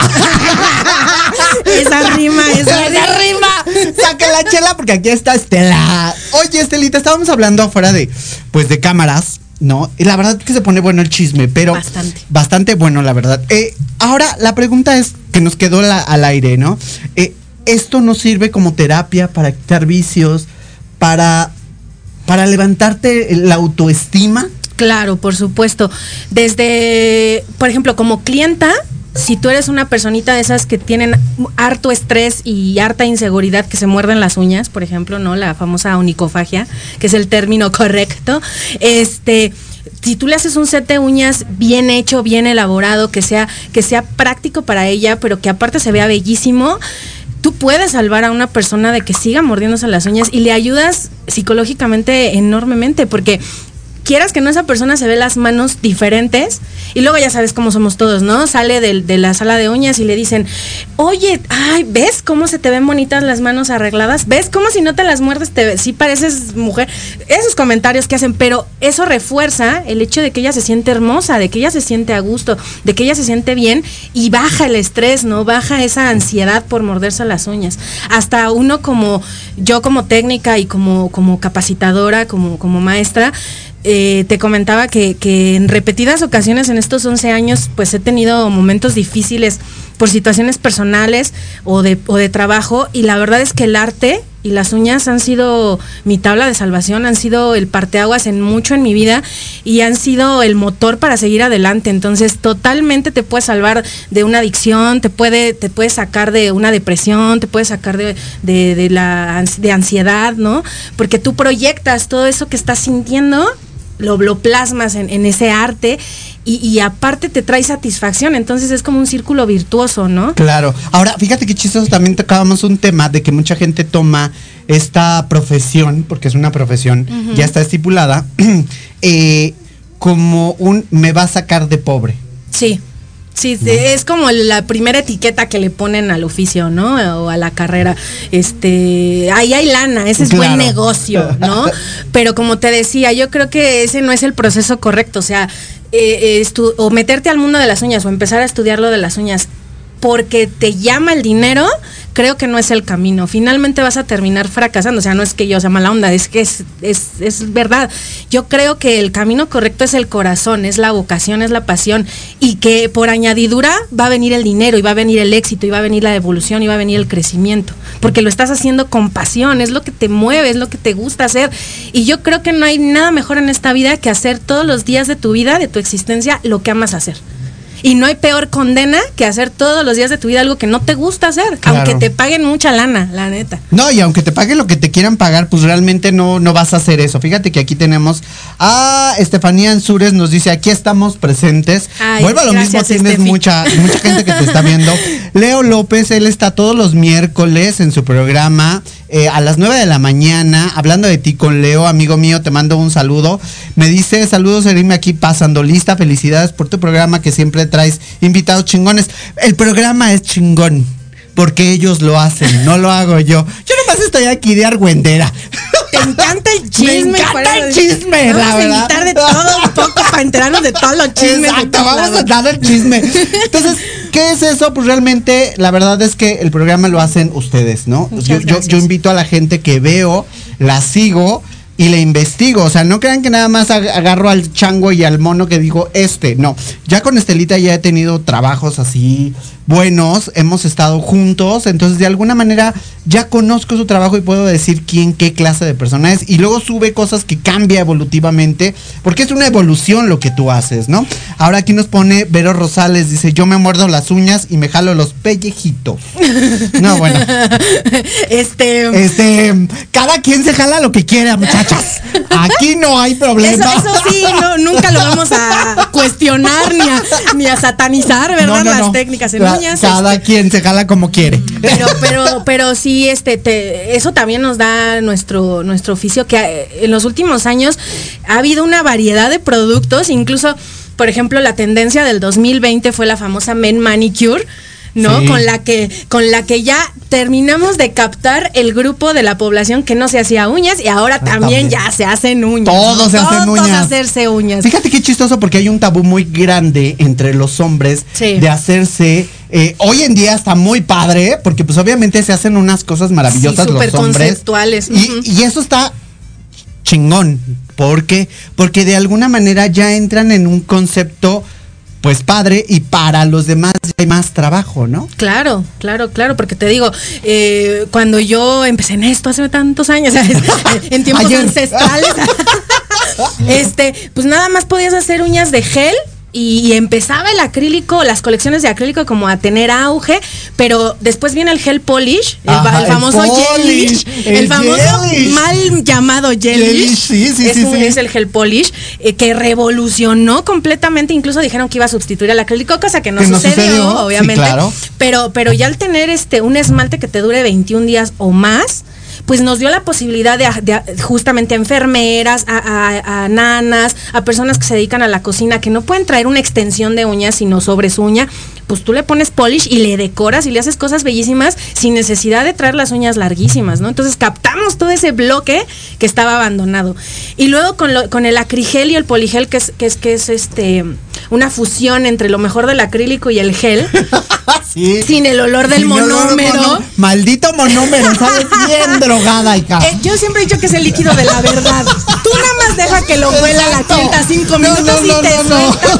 Speaker 5: Esa rima.
Speaker 3: Saquen la chela, porque aquí está Estela. Oye, Estelita, estábamos hablando afuera de cámaras, ¿no? Y la verdad es que se pone bueno el chisme, pero bastante bueno, la verdad. Ahora, la pregunta es, que nos quedó al aire, ¿no? ¿Esto nos sirve como terapia para quitar vicios, para levantarte la autoestima?
Speaker 5: Claro, por supuesto. Desde, por ejemplo, como clienta, si tú eres una personita de esas que tienen harto estrés y harta inseguridad, que se muerden las uñas, por ejemplo, ¿no? La famosa onicofagia, que es el término correcto. Si tú le haces un set de uñas bien hecho, bien elaborado, que sea práctico para ella, pero que aparte se vea bellísimo, tú puedes salvar a una persona de que siga mordiéndose las uñas y le ayudas psicológicamente enormemente, porque quieras que no, esa persona se ve las manos diferentes y luego ya sabes cómo somos todos, ¿no? Sale de la sala de uñas y le dicen, oye, ay, ¿ves cómo se te ven bonitas las manos arregladas? ¿Ves cómo si no te las muerdes sí pareces mujer? Esos comentarios que hacen, pero eso refuerza el hecho de que ella se siente hermosa, de que ella se siente a gusto, de que ella se siente bien y baja el estrés, ¿no? Baja esa ansiedad por morderse las uñas. Hasta uno como yo, como técnica y como capacitadora, como maestra, te comentaba que en repetidas ocasiones en estos 11 años pues he tenido momentos difíciles por situaciones personales o de trabajo, y la verdad es que el arte y las uñas han sido mi tabla de salvación, han sido el parteaguas mucho en mi vida y han sido el motor para seguir adelante. Entonces totalmente te puede salvar de una adicción, te puede sacar de una depresión, te puede sacar de ansiedad, ¿no? Porque tú proyectas todo eso que estás sintiendo, lo plasmas en ese arte y aparte te trae satisfacción, entonces es como un círculo virtuoso, ¿no?
Speaker 3: Claro. Ahora, fíjate qué chistoso, también tocábamos un tema de que mucha gente toma esta profesión, porque es una profesión, ya está estipulada, como un me va a sacar de pobre.
Speaker 5: Sí. Sí, es como la primera etiqueta que le ponen al oficio, ¿no? O a la carrera. Ahí hay lana, ese es buen negocio, ¿no? Pero como te decía, yo creo que ese no es el proceso correcto. O sea, o meterte al mundo de las uñas o empezar a estudiar lo de las uñas porque te llama el dinero, creo que no es el camino. Finalmente vas a terminar fracasando. O sea, no es que yo sea mala onda, es que es verdad. Yo creo que el camino correcto es el corazón, es la vocación, es la pasión, y que por añadidura va a venir el dinero y va a venir el éxito y va a venir la evolución y va a venir el crecimiento, porque lo estás haciendo con pasión, es lo que te mueve, es lo que te gusta hacer. Y yo creo que no hay nada mejor en esta vida que hacer todos los días de tu vida, de tu existencia, lo que amas hacer. Y no hay peor condena que hacer todos los días de tu vida algo que no te gusta hacer, claro, aunque te paguen mucha lana, la neta.
Speaker 3: No, y aunque te paguen lo que te quieran pagar, pues realmente no vas a hacer eso. Fíjate que aquí tenemos a Estefanía Ansúrez, nos dice, aquí estamos presentes. Ay, vuelvo a lo mismo, tienes mucha gente que te está viendo. Leo López, él está todos los miércoles en su programa, a las 9 de la mañana, hablando de ti con Leo, amigo mío, te mando un saludo. Me dice, saludos, Erime, aquí pasando lista, felicidades por tu programa que siempre traes invitados chingones. El programa es chingón porque ellos lo hacen, no lo hago yo. Yo nomás estoy aquí de argüendera.
Speaker 5: Te encanta el chisme.
Speaker 3: Me encanta el chisme,
Speaker 5: vamos
Speaker 3: la verdad.
Speaker 5: Vamos a invitar de todo un poco para enterarnos de todos los chismes.
Speaker 3: Exacto, vamos a dar el chisme. Entonces, ¿qué es eso? Pues realmente, la verdad es que el programa lo hacen ustedes, ¿no? Yo invito a la gente que veo, la sigo y le investigo. O sea, no crean que nada más agarro al chango y al mono que digo no. Ya con Estelita ya he tenido trabajos así buenos, hemos estado juntos, entonces de alguna manera ya conozco su trabajo y puedo decir qué clase de persona es, y luego sube cosas que cambia evolutivamente, porque es una evolución lo que tú haces, ¿no? Ahora aquí nos pone Vero Rosales, dice, yo me muerdo las uñas y me jalo los pellejitos. No, bueno. Cada quien se jala lo que quiera, muchachas. Aquí no hay problema.
Speaker 5: Eso sí, nunca lo vamos a cuestionar ni a satanizar, ¿verdad?
Speaker 3: No.
Speaker 5: Las técnicas en uñas.
Speaker 3: Cada quien se jala como quiere.
Speaker 5: Pero sí, eso también nos da nuestro oficio, que en los últimos años ha habido una variedad de productos, incluso, por ejemplo, la tendencia del 2020 fue la famosa Men Manicure, ¿no? Sí. Con la que ya terminamos de captar el grupo de la población que no se hacía uñas, y ahora también ya se hacen uñas.
Speaker 3: Todos se hacen uñas.
Speaker 5: Todos hacerse uñas.
Speaker 3: Fíjate qué chistoso, porque hay un tabú muy grande entre los hombres de hacerse. Hoy en día está muy padre, porque pues obviamente se hacen unas cosas maravillosas los hombres.
Speaker 5: Conceptuales.
Speaker 3: Y eso está chingón. ¿Por qué? Porque de alguna manera ya entran en un concepto pues padre, y para los demás hay más trabajo, ¿no?
Speaker 5: Claro, porque te digo, cuando yo empecé en esto hace tantos años, ¿sabes? En tiempos ancestrales, pues nada más podías hacer uñas de gel. Y empezaba el acrílico, las colecciones de acrílico como a tener auge, pero después viene el gel polish, el famoso gelish, el famoso gelish, mal llamado gelish, es el gel polish, que revolucionó completamente, incluso dijeron que iba a sustituir al acrílico, cosa que no sucedió, obviamente, sí, claro. Pero ya al tener un esmalte que te dure 21 días o más, pues nos dio la posibilidad de justamente a enfermeras, a nanas, a personas que se dedican a la cocina, que no pueden traer una extensión de uñas, sino sobre su uña, pues tú le pones polish y le decoras y le haces cosas bellísimas sin necesidad de traer las uñas larguísimas, ¿no? Entonces captamos todo ese bloque que estaba abandonado. Y luego con el acrigel y el poligel, que es una fusión entre lo mejor del acrílico y el gel,
Speaker 3: sí.
Speaker 5: Sin el olor del monómero.
Speaker 3: Maldito monómero, sabes bien drogada, hija.
Speaker 5: Yo siempre he dicho que es el líquido de la verdad. Tú nada más deja que lo huela la tinta 5 minutos y te suelta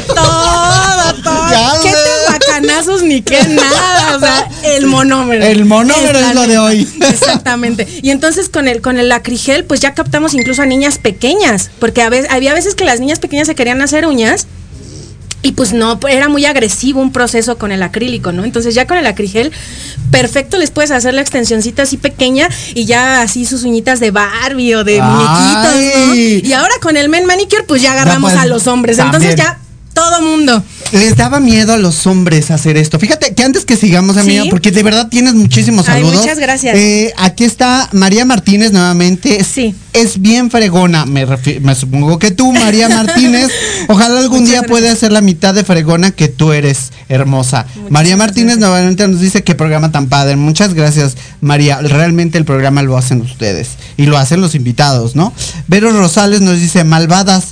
Speaker 5: todo. ¿Qué te guacanazos ni qué nada? O sea, el monómero.
Speaker 3: El monómero es lo de hoy.
Speaker 5: Exactamente. Y entonces con el acrigel, pues ya captamos incluso a niñas pequeñas, porque había veces que las niñas pequeñas se querían hacer uñas. Y pues no, era muy agresivo un proceso con el acrílico, ¿no? Entonces ya con el acrigel, perfecto, les puedes hacer la extensioncita así pequeña y ya así sus uñitas de Barbie o de muñequitos, ¿no? Y ahora con el Men Manicure, pues ya agarramos a los hombres. También. Entonces ya todo mundo.
Speaker 3: Les daba miedo a los hombres hacer esto. Fíjate que antes que sigamos, amiga, ¿sí? Porque de verdad tienes muchísimos saludos.
Speaker 5: Ay, muchas gracias.
Speaker 3: Aquí está María Martínez nuevamente.
Speaker 5: Sí.
Speaker 3: Es bien fregona. Me supongo que tú, María Martínez, ojalá algún día pueda ser la mitad de fregona que tú eres, hermosa. Muchas María Martínez nuevamente nos dice qué programa tan padre. Muchas gracias, María. Realmente el programa lo hacen ustedes y lo hacen los invitados, ¿no? Vero Rosales nos dice malvadas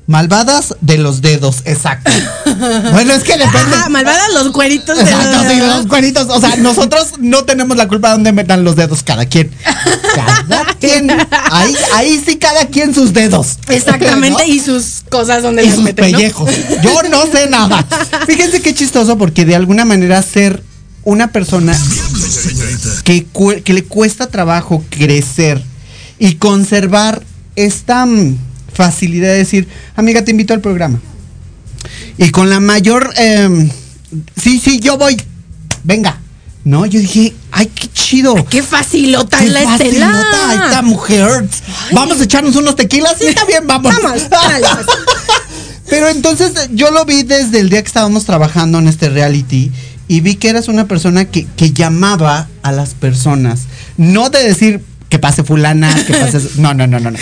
Speaker 3: de los dedos, exacto. Bueno, es que depende.
Speaker 5: Malvadas los cueritos
Speaker 3: de los dedos. Sí, los cueritos. O sea, nosotros no tenemos la culpa de dónde metan los dedos cada quien. Cada quien. Ahí sí cada quien sus dedos.
Speaker 5: Exactamente, ¿no? Y sus cosas donde las meten,
Speaker 3: sus pellejos. ¿No? Yo no sé nada. Fíjense qué chistoso, porque de alguna manera ser una persona que le cuesta trabajo crecer y conservar esta facilidad de decir, amiga, te invito al programa. Y con la mayor, sí, yo voy, venga. No, yo dije, ay, qué chido.
Speaker 5: Qué facilota es la Estela.
Speaker 3: Esta mujer. Ay. Vamos a echarnos unos tequilas. Sí, está bien, vamos.
Speaker 5: Dale.
Speaker 3: Pero entonces yo lo vi desde el día que estábamos trabajando en este reality y vi que eras una persona que llamaba a las personas. No de decir, que pase fulana, que pase... No.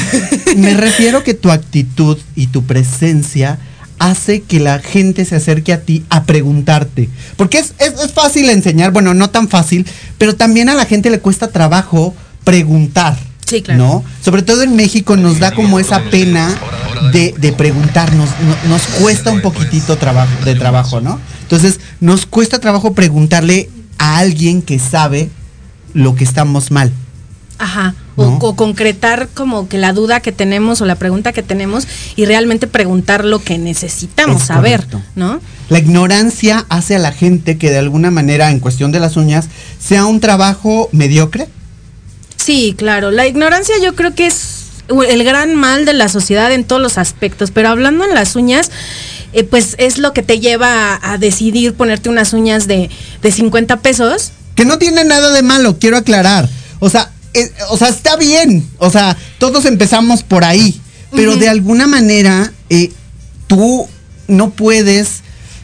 Speaker 3: Me refiero que tu actitud y tu presencia hace que la gente se acerque a ti a preguntarte. Porque es fácil enseñar, bueno, no tan fácil, pero también a la gente le cuesta trabajo preguntar.
Speaker 5: Sí, claro.
Speaker 3: ¿No? Sobre todo en México nos da como esa pena de preguntarnos. Nos cuesta un poquitito de trabajo, ¿no? Entonces, nos cuesta trabajo preguntarle a alguien que sabe lo que estamos mal.
Speaker 5: Ajá, ¿no? o concretar como que la duda que tenemos o la pregunta que tenemos y realmente preguntar lo que necesitamos saber, ¿no?
Speaker 3: La ignorancia hace a la gente que de alguna manera, en cuestión de las uñas, sea un trabajo mediocre.
Speaker 5: Sí, claro, la ignorancia yo creo que es el gran mal de la sociedad en todos los aspectos, pero hablando en las uñas, pues es lo que te lleva a decidir ponerte unas uñas de 50 pesos.
Speaker 3: Que no tiene nada de malo, quiero aclarar. O sea, está bien, o sea, todos empezamos por ahí, pero de alguna manera tú no puedes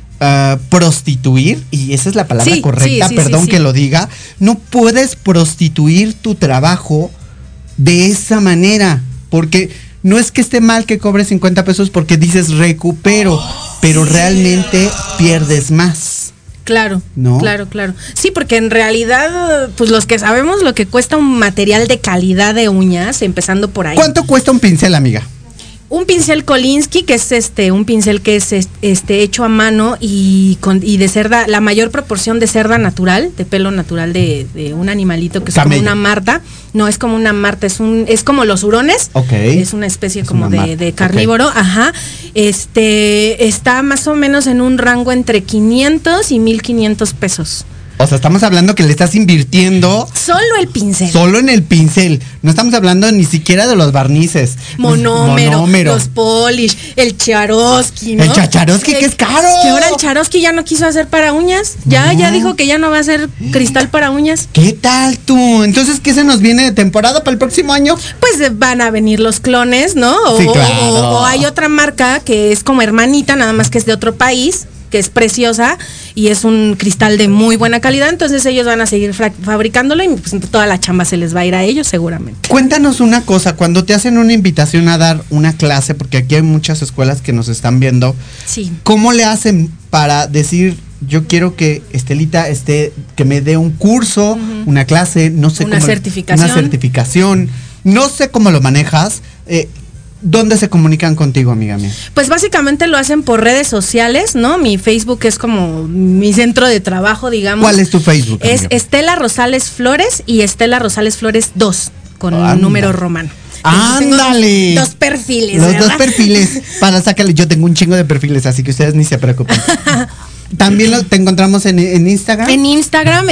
Speaker 3: prostituir, y esa es la palabra correcta, perdón que lo diga, no puedes prostituir tu trabajo de esa manera, porque no es que esté mal que cobres 50 pesos porque dices recupero, pero realmente pierdes más.
Speaker 5: Claro,
Speaker 3: ¿no?
Speaker 5: Claro. Sí, porque en realidad, pues los que sabemos lo que cuesta un material de calidad de uñas, empezando por ahí.
Speaker 3: ¿Cuánto cuesta un pincel, amiga?
Speaker 5: Un pincel Kolinsky, que es un pincel que es hecho a mano y de cerda, la mayor proporción de cerda natural, de pelo natural de un animalito que es como una marta. No, es como una marta, es como los hurones.
Speaker 3: Okay.
Speaker 5: Es una especie como de carnívoro, okay. Ajá. Está más o menos en un rango entre 500 y 1,500 pesos.
Speaker 3: O sea, estamos hablando que le estás invirtiendo...
Speaker 5: Solo el pincel.
Speaker 3: Solo en el pincel. No estamos hablando ni siquiera de los barnices.
Speaker 5: Monómero. Los polish, el Swarovski, ¿no?
Speaker 3: El Swarovski, que es caro.
Speaker 5: Que ahora el Swarovski ya no quiso hacer para uñas. Ya dijo que ya no va a hacer cristal para uñas.
Speaker 3: ¿Qué tal tú? Entonces, ¿qué se nos viene de temporada para el próximo año?
Speaker 5: Pues van a venir los clones, ¿no?
Speaker 3: Sí, claro.
Speaker 5: O hay otra marca que es como hermanita, nada más que es de otro país, que es preciosa, y es un cristal de muy buena calidad, entonces ellos van a seguir fabricándolo y pues toda la chamba se les va a ir a ellos seguramente.
Speaker 3: Cuéntanos una cosa, cuando te hacen una invitación a dar una clase, porque aquí hay muchas escuelas que nos están viendo,
Speaker 5: sí.
Speaker 3: ¿Cómo le hacen para decir, yo quiero que Estelita que me dé un curso, una clase, no sé
Speaker 5: una
Speaker 3: cómo,
Speaker 5: certificación.
Speaker 3: Una certificación, no sé cómo lo manejas, ¿dónde se comunican contigo, amiga mía?
Speaker 5: Pues básicamente lo hacen por redes sociales, ¿no? Mi Facebook es como mi centro de trabajo, digamos.
Speaker 3: ¿Cuál es tu Facebook,
Speaker 5: Es
Speaker 3: amiga?
Speaker 5: Estela Rosales Flores y Estela Rosales Flores 2, con un número romano.
Speaker 3: ¡Ándale!
Speaker 5: Dos perfiles,
Speaker 3: Los
Speaker 5: ¿verdad?
Speaker 3: dos perfiles para sacarle. Yo tengo un chingo de perfiles, así que ustedes ni se preocupen. También te encontramos en Instagram.
Speaker 5: En Instagram,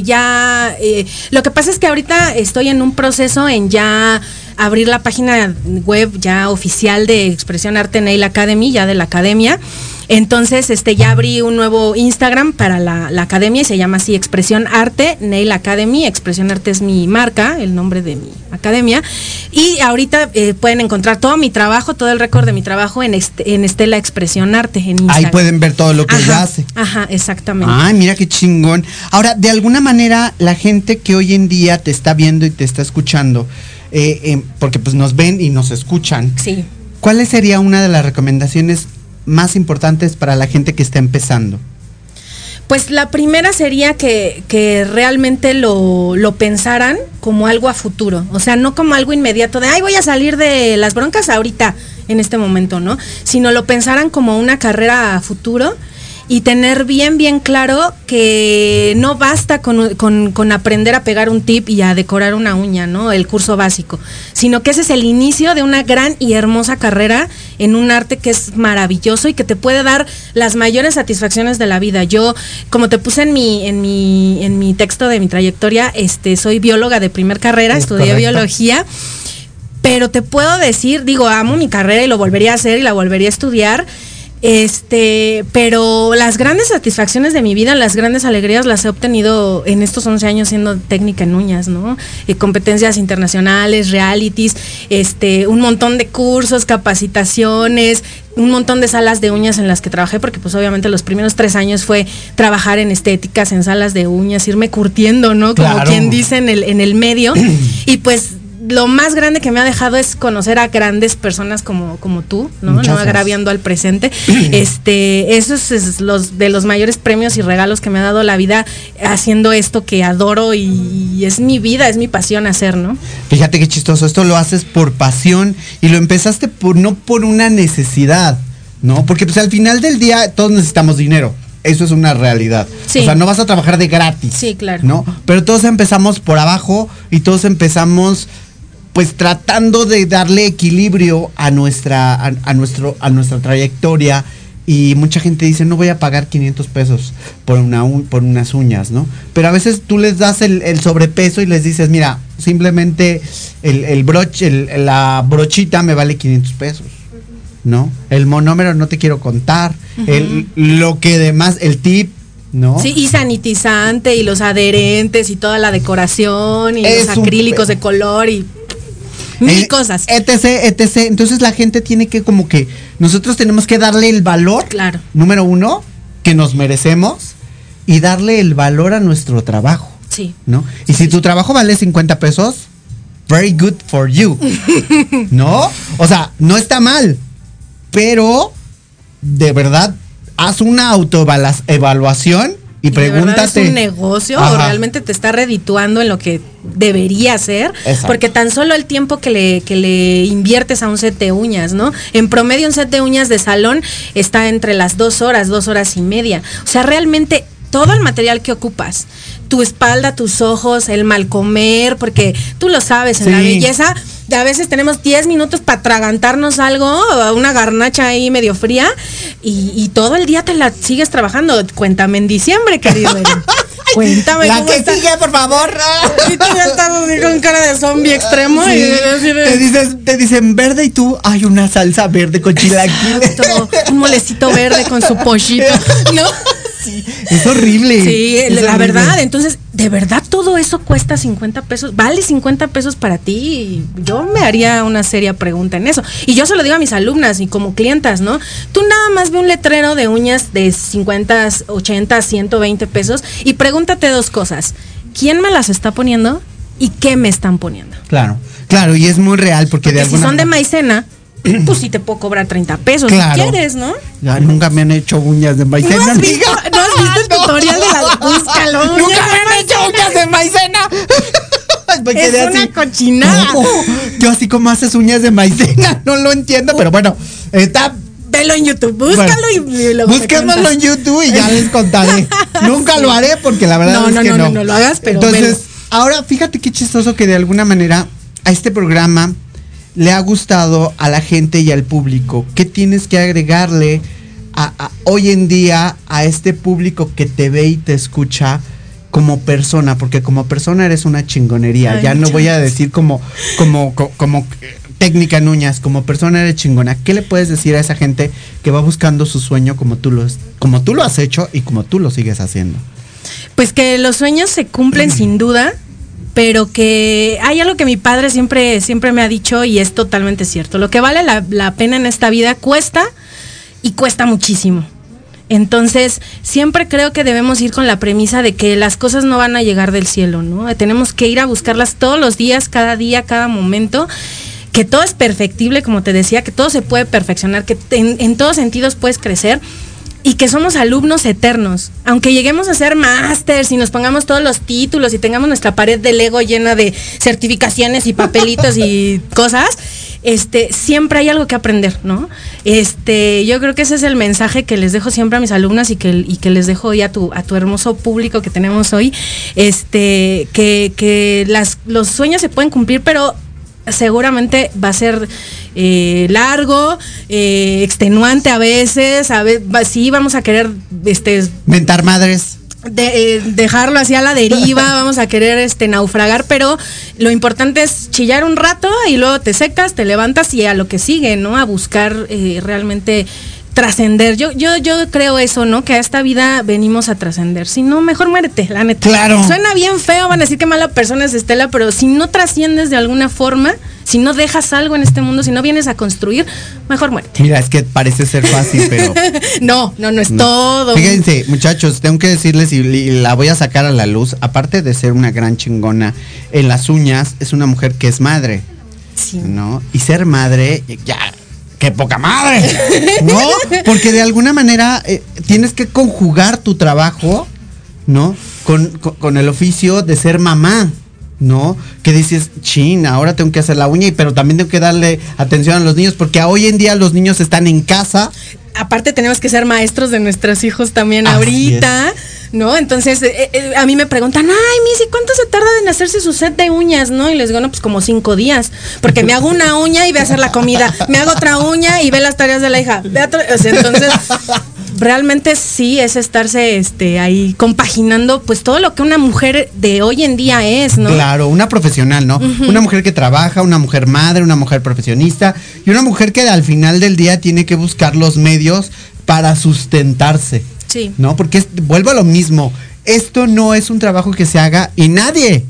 Speaker 5: lo que pasa es que ahorita estoy en un proceso en ya abrir la página web ya oficial de Expresión Arte Nail Academy, ya de la academia. Entonces, ya abrí un nuevo Instagram para la academia y se llama así Expresión Arte Nail Academy. Expresión Arte es mi marca, el nombre de mi academia. Y ahorita pueden encontrar todo mi trabajo, todo el récord de mi trabajo en Estela Expresión Arte en Instagram.
Speaker 3: Ahí pueden ver todo lo que ella hace.
Speaker 5: Ajá, exactamente.
Speaker 3: Ay, mira qué chingón. Ahora, de alguna manera, la gente que hoy en día te está viendo y te está escuchando, porque pues nos ven y nos escuchan.
Speaker 5: Sí.
Speaker 3: ¿Cuál sería una de las recomendaciones más importantes para la gente que está empezando?
Speaker 5: Pues la primera sería que realmente lo pensaran como algo a futuro, o sea, no como algo inmediato de, ay, voy a salir de las broncas ahorita, en este momento, ¿no? Sino lo pensaran como una carrera a futuro y tener bien claro que no basta con aprender a pegar un tip y a decorar una uña, ¿no? El curso básico, sino que ese es el inicio de una gran y hermosa carrera en un arte que es maravilloso y que te puede dar las mayores satisfacciones de la vida. Yo, como te puse en mi texto de mi trayectoria, soy bióloga de primer carrera, estudié biología, pero te puedo decir, amo mi carrera y lo volvería a hacer y la volvería a estudiar. Pero las grandes satisfacciones de mi vida, las grandes alegrías las he obtenido en estos 11 años siendo técnica en uñas, ¿no? Competencias internacionales, realities, un montón de cursos, capacitaciones, un montón de salas de uñas en las que trabajé, porque pues obviamente los primeros 3 años fue trabajar en estéticas, en salas de uñas, irme curtiendo, ¿no? Como
Speaker 3: claro.
Speaker 5: quien dice en el medio. Y pues lo más grande que me ha dejado es conocer a grandes personas como tú, ¿no?
Speaker 3: Muchas
Speaker 5: No
Speaker 3: gracias.
Speaker 5: agraviando al presente. Eso es de los mayores premios y regalos que me ha dado la vida haciendo esto que adoro y es mi vida, es mi pasión hacer, ¿no?
Speaker 3: Fíjate qué chistoso, esto lo haces por pasión y lo empezaste no por una necesidad, ¿no? Porque pues al final del día todos necesitamos dinero. Eso es una realidad.
Speaker 5: Sí.
Speaker 3: O sea, no vas a trabajar de gratis.
Speaker 5: Sí, claro.
Speaker 3: ¿No? Pero todos empezamos por abajo y todos empezamos pues tratando de darle equilibrio a nuestra trayectoria, y mucha gente dice, no voy a pagar 500 pesos por unas uñas, ¿no? Pero a veces tú les das el sobrepeso y les dices, mira, simplemente la brochita me vale 500 pesos, ¿no? El monómero no te quiero contar, lo que demás, el tip, ¿no?
Speaker 5: Sí, y sanitizante y los adherentes y toda la decoración y los acrílicos de color y mil cosas.
Speaker 3: Etc. Entonces la gente tiene que nosotros tenemos que darle el valor,
Speaker 5: claro.
Speaker 3: Número 1, que nos merecemos, y darle el valor a nuestro trabajo.
Speaker 5: Sí.
Speaker 3: ¿No? Y si tu trabajo vale 50 pesos, very good for you. ¿No? O sea, no está mal, pero de verdad haz una autoevaluación y pregúntate.
Speaker 5: ¿De verdad es un negocio o realmente te está redituando en lo que debería ser?
Speaker 3: Exacto.
Speaker 5: Porque tan solo el tiempo que le inviertes a un set de uñas, ¿no? En promedio un set de uñas de salón está entre las 2 horas, 2 horas y media. O sea, realmente todo el material que ocupas, tu espalda, tus ojos, el mal comer, porque tú lo sabes, en la belleza a veces tenemos 10 minutos para atragantarnos algo, una garnacha ahí medio fría, y todo el día te la sigues trabajando. Cuéntame en diciembre, querido Erin. Cuéntame
Speaker 3: la
Speaker 5: cómo
Speaker 3: que
Speaker 5: está.
Speaker 3: sigue, por favor.
Speaker 5: Y tú ya estás así con cara de zombie extremo.
Speaker 3: Sí.
Speaker 5: Y
Speaker 3: te dicen verde y tú, hay una salsa verde con chilaquiles.
Speaker 5: un molecito verde con su pollito, ¿no?
Speaker 3: Sí, es horrible.
Speaker 5: Sí,
Speaker 3: es
Speaker 5: la
Speaker 3: horrible.
Speaker 5: verdad. Entonces, ¿de verdad todo eso cuesta 50 pesos? ¿Vale 50 pesos para ti? Yo me haría una seria pregunta en eso. Y yo se lo digo a mis alumnas y como clientas, ¿no? Tú nada más ve un letrero de uñas de 50, 80, 120 pesos y pregúntate dos cosas. ¿Quién me las está poniendo y qué me están poniendo?
Speaker 3: Claro, claro, y es muy real porque
Speaker 5: Porque
Speaker 3: de
Speaker 5: si
Speaker 3: alguna
Speaker 5: son de maicena, pues sí te puedo cobrar 30 pesos
Speaker 3: Claro.
Speaker 5: si quieres, ¿no?
Speaker 3: Ya, nunca me han hecho uñas de maicena,
Speaker 5: ¿No has
Speaker 3: amiga.
Speaker 5: visto, ¿no has visto el tutorial de la búscalo?
Speaker 3: Nunca me han hecho uñas de maicena. Me
Speaker 5: Es
Speaker 3: quedé
Speaker 5: una
Speaker 3: así.
Speaker 5: cochinada.
Speaker 3: ¿Cómo? Yo así como haces uñas de maicena, no lo entiendo, pero bueno, está.
Speaker 5: Velo en YouTube, búscalo y luego me
Speaker 3: Busquémoslo
Speaker 5: cuentas.
Speaker 3: en YouTube y ya les contaré. Nunca lo haré porque la verdad es que
Speaker 5: no lo hagas, pero
Speaker 3: entonces,
Speaker 5: velo.
Speaker 3: ahora fíjate qué chistoso que de alguna manera a este programa le ha gustado a la gente y al público. ¿Qué tienes que agregarle a hoy en día a este público que te ve y te escucha como persona? Porque como persona eres una chingonería.
Speaker 5: Ay,
Speaker 3: Ya no
Speaker 5: muchas
Speaker 3: voy a
Speaker 5: gracias.
Speaker 3: decir como técnica en uñas, como persona eres chingona. ¿Qué le puedes decir a esa gente que va buscando su sueño como tú lo has hecho y como tú lo sigues haciendo?
Speaker 5: Pues que los sueños se cumplen sin duda, pero que hay algo que mi padre siempre me ha dicho y es totalmente cierto. Lo que vale la pena en esta vida cuesta y cuesta muchísimo. Entonces, siempre creo que debemos ir con la premisa de que las cosas no van a llegar del cielo, ¿no? Tenemos que ir a buscarlas todos los días, cada momento. Que todo es perfectible, como te decía, que todo se puede perfeccionar, que en todos sentidos puedes crecer y que somos alumnos eternos. Aunque lleguemos a ser másters y nos pongamos todos los títulos y tengamos nuestra pared de Lego llena de certificaciones y papelitos y cosas, siempre hay algo que aprender, ¿no? Yo creo que ese es el mensaje que les dejo siempre a mis alumnas y que les dejo hoy a tu hermoso público que tenemos hoy, que los sueños se pueden cumplir, pero seguramente va a ser largo, extenuante a veces, sí vamos a querer
Speaker 3: Mentar madres.
Speaker 5: dejarlo así a la deriva, vamos a querer naufragar, pero lo importante es chillar un rato y luego te secas, te levantas y a lo que sigue, ¿no? A buscar realmente trascender. Yo creo eso, ¿no? Que a esta vida venimos a trascender. Si no, mejor muérete, la neta.
Speaker 3: Claro.
Speaker 5: Suena bien feo, van a decir que mala persona es Estela, pero si no trasciendes de alguna forma, si no dejas algo en este mundo, si no vienes a construir, mejor muérete.
Speaker 3: Mira, es que parece ser fácil, pero
Speaker 5: No es todo.
Speaker 3: Fíjense, muchachos, tengo que decirles y la voy a sacar a la luz. Aparte de ser una gran chingona en las uñas, es una mujer que es madre,
Speaker 5: Sí.
Speaker 3: ¿no? Y ser madre, ya, ¡qué poca madre! ¿No? Porque de alguna manera tienes que conjugar tu trabajo, ¿no? Con el oficio de ser mamá, ¿no? Que dices, chin, ahora tengo que hacer la uña, pero también tengo que darle atención a los niños, porque hoy en día los niños están en casa.
Speaker 5: Aparte tenemos que ser maestros de nuestros hijos también
Speaker 3: Así
Speaker 5: ahorita, ¿no? Entonces, a mí me preguntan, ay, Missy, ¿cuánto se tarda en hacerse su set de uñas, no? Y les digo, no, pues como 5 días, porque me hago una uña y ve a hacer la comida, me hago otra uña y ve las tareas de la hija. O sea, entonces, realmente sí es estarse ahí compaginando, pues todo lo que una mujer de hoy en día es, ¿no?
Speaker 3: Claro, una profesional, ¿no? Uh-huh. Una mujer que trabaja, una mujer madre, una mujer profesionista y una mujer que al final del día tiene que buscar los medios para sustentarse.
Speaker 5: Sí.
Speaker 3: ¿No? Porque vuelvo a lo mismo. Esto no es un trabajo que se haga y nadie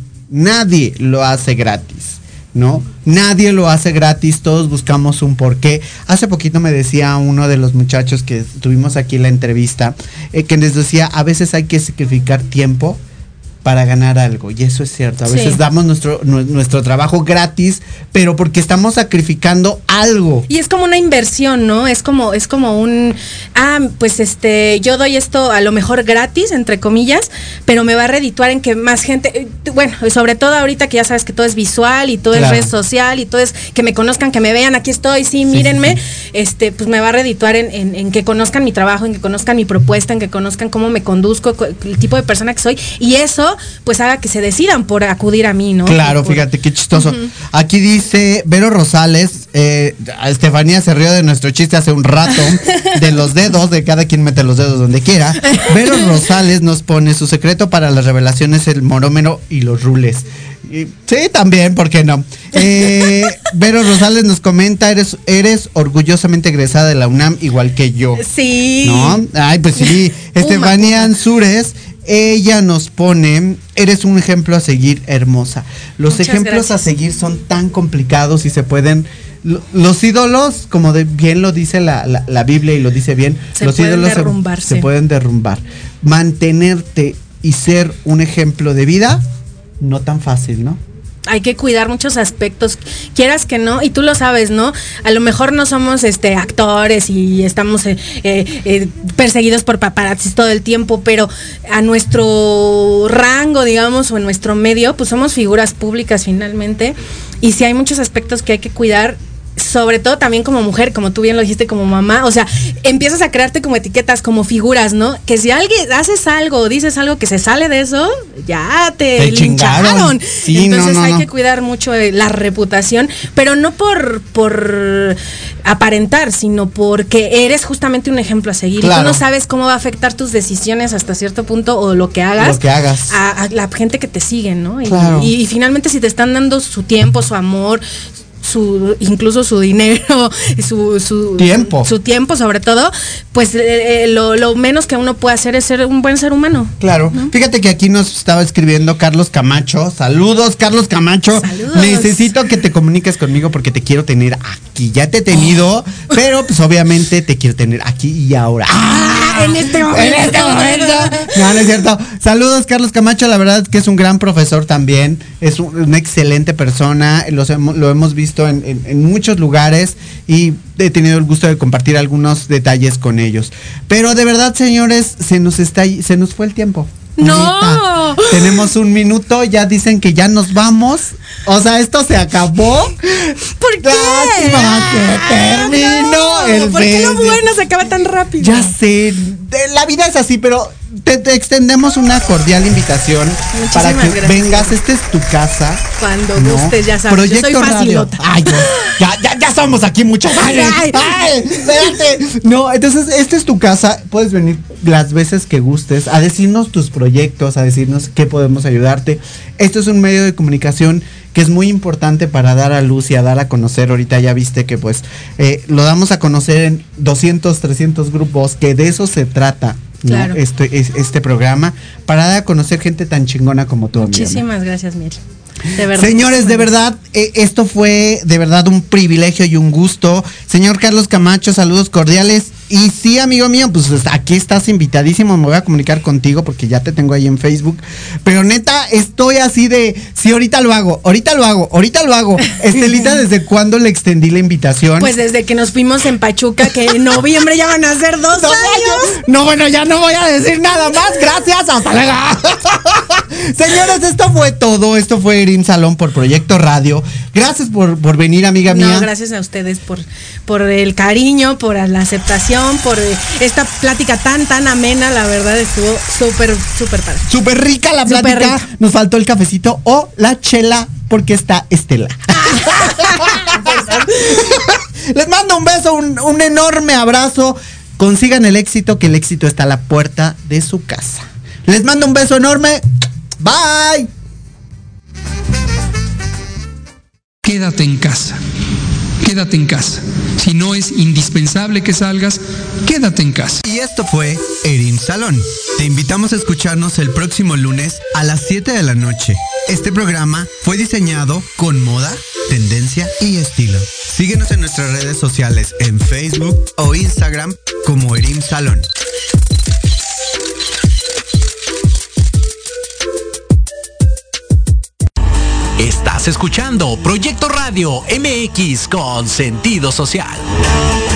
Speaker 3: lo hace gratis, ¿no? Nadie lo hace gratis, todos buscamos un porqué. Hace poquito me decía uno de los muchachos que tuvimos aquí en la entrevista, que les decía, a veces hay que sacrificar tiempo para ganar algo, y eso es cierto. A veces damos nuestro trabajo gratis, pero porque estamos sacrificando algo.
Speaker 5: Y es como una inversión, ¿no? Es como un, pues yo doy esto a lo mejor gratis, entre comillas, pero me va a redituar en que más gente, bueno, sobre todo ahorita que ya sabes que todo es visual y todo es red social y todo es que me conozcan, que me vean, aquí estoy, sí, mírenme, pues me va a redituar en que conozcan mi trabajo, en que conozcan mi propuesta, en que conozcan cómo me conduzco, el tipo de persona que soy, y eso eso pues haga que se decidan por acudir a mí, ¿no?
Speaker 3: Claro, fíjate qué chistoso. Aquí dice Vero Rosales, Estefanía se rió de nuestro chiste hace un rato, de los dedos, de cada quien mete los dedos donde quiera. Vero Rosales nos pone: su secreto para las revelaciones, el morómero y los rules. Sí, también, ¿por qué no? Vero Rosales nos comenta: eres orgullosamente egresada de la UNAM, igual que yo.
Speaker 5: Sí.
Speaker 3: ¿No? Ay, pues sí. Estefanía Ansúrez, ella nos pone: eres un ejemplo a seguir, hermosa. Los
Speaker 5: Muchas
Speaker 3: ejemplos
Speaker 5: gracias.
Speaker 3: a seguir son tan complicados y se pueden... Los ídolos, como bien lo dice la Biblia y lo dice bien, los ídolos se pueden derrumbar. Mantenerte y ser un ejemplo de vida, no tan fácil, ¿no?
Speaker 5: Hay que cuidar muchos aspectos, quieras que no, y tú lo sabes, ¿no? A lo mejor no somos actores y estamos perseguidos por paparazzis todo el tiempo, pero a nuestro rango, digamos, o en nuestro medio, pues somos figuras públicas finalmente, y sí hay muchos aspectos que hay que cuidar. Sobre todo también como mujer, como tú bien lo dijiste, como mamá, o sea, empiezas a crearte como etiquetas, como figuras, ¿no? Que si alguien haces algo o dices algo que se sale de eso, ya te lincharon.
Speaker 3: Sí,
Speaker 5: entonces hay que cuidar mucho la reputación, pero no por aparentar, sino porque eres justamente un ejemplo a seguir.
Speaker 3: Claro.
Speaker 5: Y tú no sabes cómo va a afectar tus decisiones hasta cierto punto o lo que hagas. A la gente que te sigue, ¿no?
Speaker 3: Claro.
Speaker 5: Y finalmente si te están dando su tiempo, su amor, incluso su dinero, su tiempo sobre todo, pues lo menos que uno puede hacer es ser un buen ser humano.
Speaker 3: Claro, ¿no? Fíjate que aquí nos estaba escribiendo Carlos Camacho. Saludos, Carlos Camacho.
Speaker 5: Saludos.
Speaker 3: Necesito que te comuniques conmigo porque te quiero tener aquí. Ya te he tenido, pero pues obviamente te quiero tener aquí y ahora.
Speaker 5: En este momento.
Speaker 3: No es cierto. Saludos, Carlos Camacho. La verdad es que es un gran profesor también. Es una excelente persona. Lo hemos visto en muchos lugares y he tenido el gusto de compartir algunos detalles con ellos. Pero de verdad, señores, se nos fue el tiempo.
Speaker 5: No.
Speaker 3: Neta. Tenemos un minuto, ya dicen que ya nos vamos. O sea, esto se acabó.
Speaker 5: ¿Por qué?
Speaker 3: Lástima que terminó el
Speaker 5: ¿Por qué lo bueno se acaba tan rápido?
Speaker 3: Ya sé, la vida es así, pero te extendemos una cordial invitación.
Speaker 5: Muchísimas
Speaker 3: para que
Speaker 5: gracias.
Speaker 3: vengas. Esta es tu casa.
Speaker 5: Cuando gustes, ya sabes.
Speaker 3: Proyecto
Speaker 5: yo soy facilota.
Speaker 3: Radio. Ay, ya somos aquí muchos años. Ay, espérate. No, entonces esta es tu casa. Puedes venir las veces que gustes a decirnos tus proyectos, a decirnos qué podemos ayudarte. Esto es un medio de comunicación que es muy importante para dar a luz y a dar a conocer. Ahorita ya viste que pues lo damos a conocer en 200, 300 grupos, que de eso se trata.
Speaker 5: Claro.
Speaker 3: ¿No? Este programa, para dar a conocer gente tan chingona como tú.
Speaker 5: Muchísimas gracias, Miel. De verdad.
Speaker 3: Señores, de verdad, esto fue de verdad un privilegio y un gusto. Señor Carlos Camacho, saludos cordiales. Y sí, amigo mío, pues aquí estás invitadísimo. Me voy a comunicar contigo porque ya te tengo ahí en Facebook. Pero neta, estoy así de, sí, ahorita lo hago. Estelita, ¿desde cuándo le extendí la invitación?
Speaker 5: Pues desde que nos fuimos en Pachuca, que en noviembre ya van a ser 2 años.
Speaker 3: No, bueno, ya no voy a decir nada más. Gracias, hasta luego. Señores, esto fue todo. Esto fue Erim Salón por Proyecto Radio. Gracias por venir, amiga mía.
Speaker 5: No, gracias a ustedes por el cariño, por la aceptación, por esta plática tan amena. La verdad estuvo súper padre.
Speaker 3: Súper rica la plática. Rica. Nos faltó el cafecito o la chela porque está Estela. Les mando un beso, un enorme abrazo. Consigan el éxito, que el éxito está a la puerta de su casa. Les mando un beso enorme. Bye.
Speaker 6: Quédate en casa. Quédate en casa. Si no es indispensable que salgas, quédate en casa.
Speaker 3: Y esto fue Erim Salón. Te invitamos a escucharnos el próximo lunes a las 7 de la noche. Este programa fue diseñado con moda, tendencia y estilo. Síguenos en nuestras redes sociales en Facebook o Instagram como Erim Salón.
Speaker 1: Estás escuchando Proyecto Radio MX con sentido social.